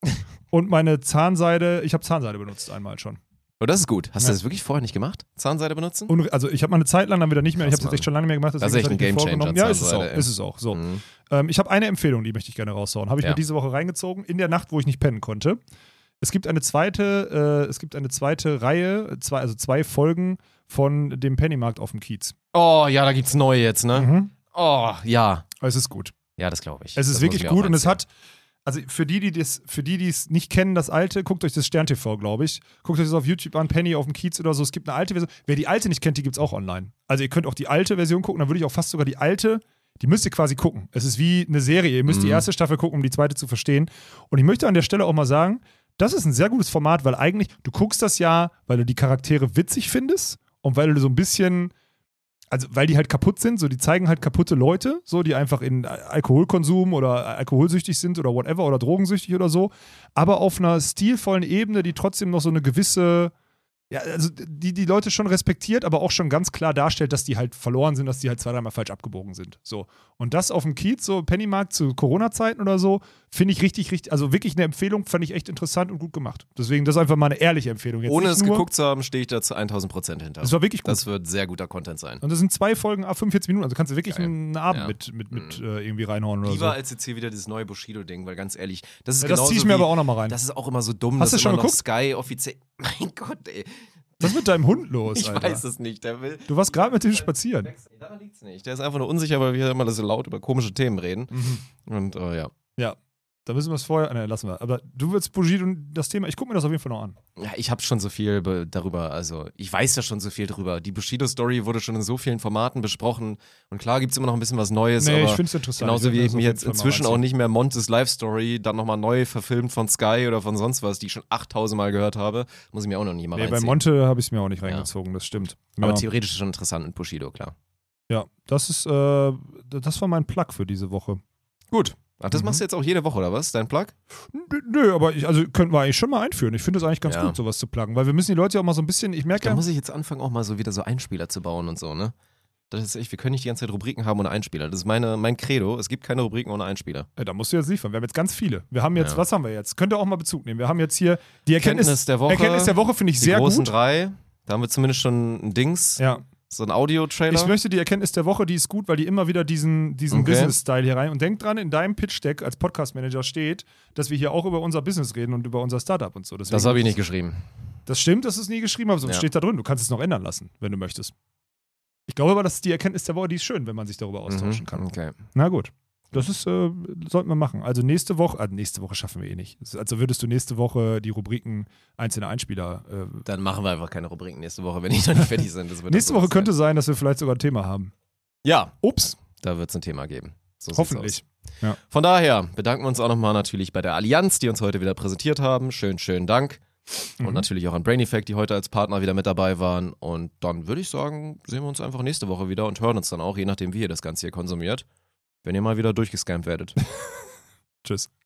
Und meine Zahnseide, ich habe Zahnseide benutzt einmal schon. Oh, das ist gut. Hast Ja. du das wirklich vorher nicht gemacht? Zahnseide benutzen? Und, also ich habe mal eine Zeit lang dann wieder nicht mehr. Ich Krass, habe es jetzt echt Mann. schon lange nicht mehr gemacht. Das ist deswegen echt ein hatte ich mir Gamechanger, vorgenommen. Ja, ist es auch. Zahnseide, ey. Ist es auch. So. Mhm. Ähm, ich habe eine Empfehlung, die möchte ich gerne raushauen. Habe ich Ja. mir diese Woche reingezogen, in der Nacht, wo ich nicht pennen konnte. Es gibt eine zweite, äh, es gibt eine zweite Reihe, zwei, also zwei Folgen von dem Pennymarkt auf dem Kiez. Oh, ja, da gibt's neue jetzt, ne? Mhm. Oh, ja. Es ist gut. Ja, das glaube ich. Es ist Das wirklich muss ich mir gut auch und es reinziehen. hat, also für die, die das, für die, die es nicht kennen, das alte, guckt euch das Stern T V, glaube ich. Guckt euch das auf YouTube an, Penny auf dem Kiez oder so. Es gibt eine alte Version. Wer die alte nicht kennt, die gibt es auch online. Also ihr könnt auch die alte Version gucken, dann würde ich auch fast sogar die alte, die müsst ihr quasi gucken. Es ist wie eine Serie. Ihr müsst Mhm. die erste Staffel gucken, um die zweite zu verstehen. Und ich möchte an der Stelle auch mal sagen, das ist ein sehr gutes Format, weil eigentlich, du guckst das ja, weil du die Charaktere witzig findest und weil du so ein bisschen, also weil die halt kaputt sind, so die zeigen halt kaputte Leute, so die einfach in Alkoholkonsum oder alkoholsüchtig sind oder whatever oder drogensüchtig oder so, aber auf einer stilvollen Ebene, die trotzdem noch so eine gewisse, ja, also die die Leute schon respektiert, aber auch schon ganz klar darstellt, dass die halt verloren sind, dass die halt zwei, dreimal falsch abgebogen sind. So. Und das auf dem Kiez, so Pennymarkt zu Corona-Zeiten oder so, finde ich richtig, richtig, also wirklich eine Empfehlung, fand ich echt interessant und gut gemacht. Deswegen, das ist einfach mal eine ehrliche Empfehlung. Jetzt Ohne nicht es nur, geguckt zu haben, stehe ich da zu tausend Prozent hinter. Das war wirklich gut. Das wird sehr guter Content sein. Und das sind zwei Folgen ab fünfundvierzig Minuten, also kannst du wirklich Geil. einen Abend Ja. mit, mit, mit Mhm. äh, irgendwie reinhauen oder Lieber so. als jetzt hier wieder dieses neue Bushido-Ding, weil ganz ehrlich, das ist Ja, das genauso ziehe ich mir wie, aber auch nochmal rein. Das ist auch immer so dumm, Hast dass du schon immer noch geguckt? Sky offiziell. Mein Gott, ey. Was ist mit deinem Hund los, Ich Alter? weiß es nicht. Der will. Du warst gerade mit dem spazieren. Daran liegt's nicht. Der ist einfach nur unsicher, weil wir immer so laut über komische Themen reden. Mhm. Und äh, ja. Ja, da müssen wir es vorher, ne, lassen wir. Aber du willst Bushido und das Thema, ich gucke mir das auf jeden Fall noch an. Ja, ich habe schon so viel be- darüber, also ich weiß ja schon so viel drüber. Die Bushido-Story wurde schon in so vielen Formaten besprochen und klar gibt es immer noch ein bisschen was Neues, Nee, aber ich finde es interessant. genauso Ich wie werd ich das mir auf jetzt jeden Fall mal inzwischen auch reinziehen. nicht mehr Montes Live-Story dann nochmal neu verfilmt von Sky oder von sonst was, die ich schon achttausend Mal gehört habe, muss ich mir auch noch nie mal Nee, bei reinziehen. Monte habe ich es mir auch nicht reingezogen, das stimmt. Aber Ja, theoretisch schon interessant mit Bushido, klar. ja, das ist, äh, das war mein Plug für diese Woche. Gut. Ach, das Mhm. machst du jetzt auch jede Woche, oder was? Dein Plug? N- Nö, aber ich, also könnten wir eigentlich schon mal einführen. Ich finde es eigentlich ganz Ja. gut, sowas zu pluggen, weil wir müssen die Leute ja auch mal so ein bisschen, ich merke Da ja, muss ich jetzt anfangen, auch mal so wieder so Einspieler zu bauen und so, ne? Das ist echt, wir können nicht die ganze Zeit Rubriken haben ohne Einspieler. Das ist meine, mein Credo. Es gibt keine Rubriken ohne Einspieler. ja, da musst du jetzt liefern. Wir haben jetzt ganz viele. Wir haben jetzt, Ja. was haben wir jetzt? Könnt ihr auch mal Bezug nehmen. Wir haben jetzt hier die Erkenntnis, Erkenntnis der Woche. Erkenntnis der Woche finde ich Die sehr großen gut. drei. Da haben wir zumindest schon ein Dings, Ja. so ein Audio-Trailer. Ich möchte die Erkenntnis der Woche, die ist gut, weil die immer wieder diesen, diesen Okay. Business-Style hier rein. Und denk dran, in deinem Pitch-Deck als Podcast-Manager steht, dass wir hier auch über unser Business reden und über unser Startup und so. Deswegen, das habe ich nicht geschrieben. Das stimmt, das ist nie geschrieben, aber so Ja. steht da drin. Du kannst es noch ändern lassen, wenn du möchtest. Ich glaube aber, das ist die Erkenntnis der Woche, die ist schön, wenn man sich darüber austauschen Mhm. kann. Okay. Na gut. Das ist, äh, sollten wir machen. Also nächste Woche, äh, nächste Woche schaffen wir eh nicht. Es ist, also würdest du nächste Woche die Rubriken einzelne Einspieler. Äh, Dann machen wir einfach keine Rubriken nächste Woche, wenn die noch nicht fertig sind. Das wird nächste dann Woche so könnte sein. sein, dass wir vielleicht sogar ein Thema haben. Ja, Ups, da wird es ein Thema geben. So sieht's hoffentlich. aus. Von daher bedanken wir uns auch nochmal natürlich bei der Allianz, die uns heute wieder präsentiert haben. Schön, schönen Dank. Und Mhm. natürlich auch an Brain Effect, die heute als Partner wieder mit dabei waren. Und dann würde ich sagen, sehen wir uns einfach nächste Woche wieder und hören uns dann auch, je nachdem, wie ihr das Ganze hier konsumiert, wenn ihr mal wieder durchgescampt werdet. Tschüss.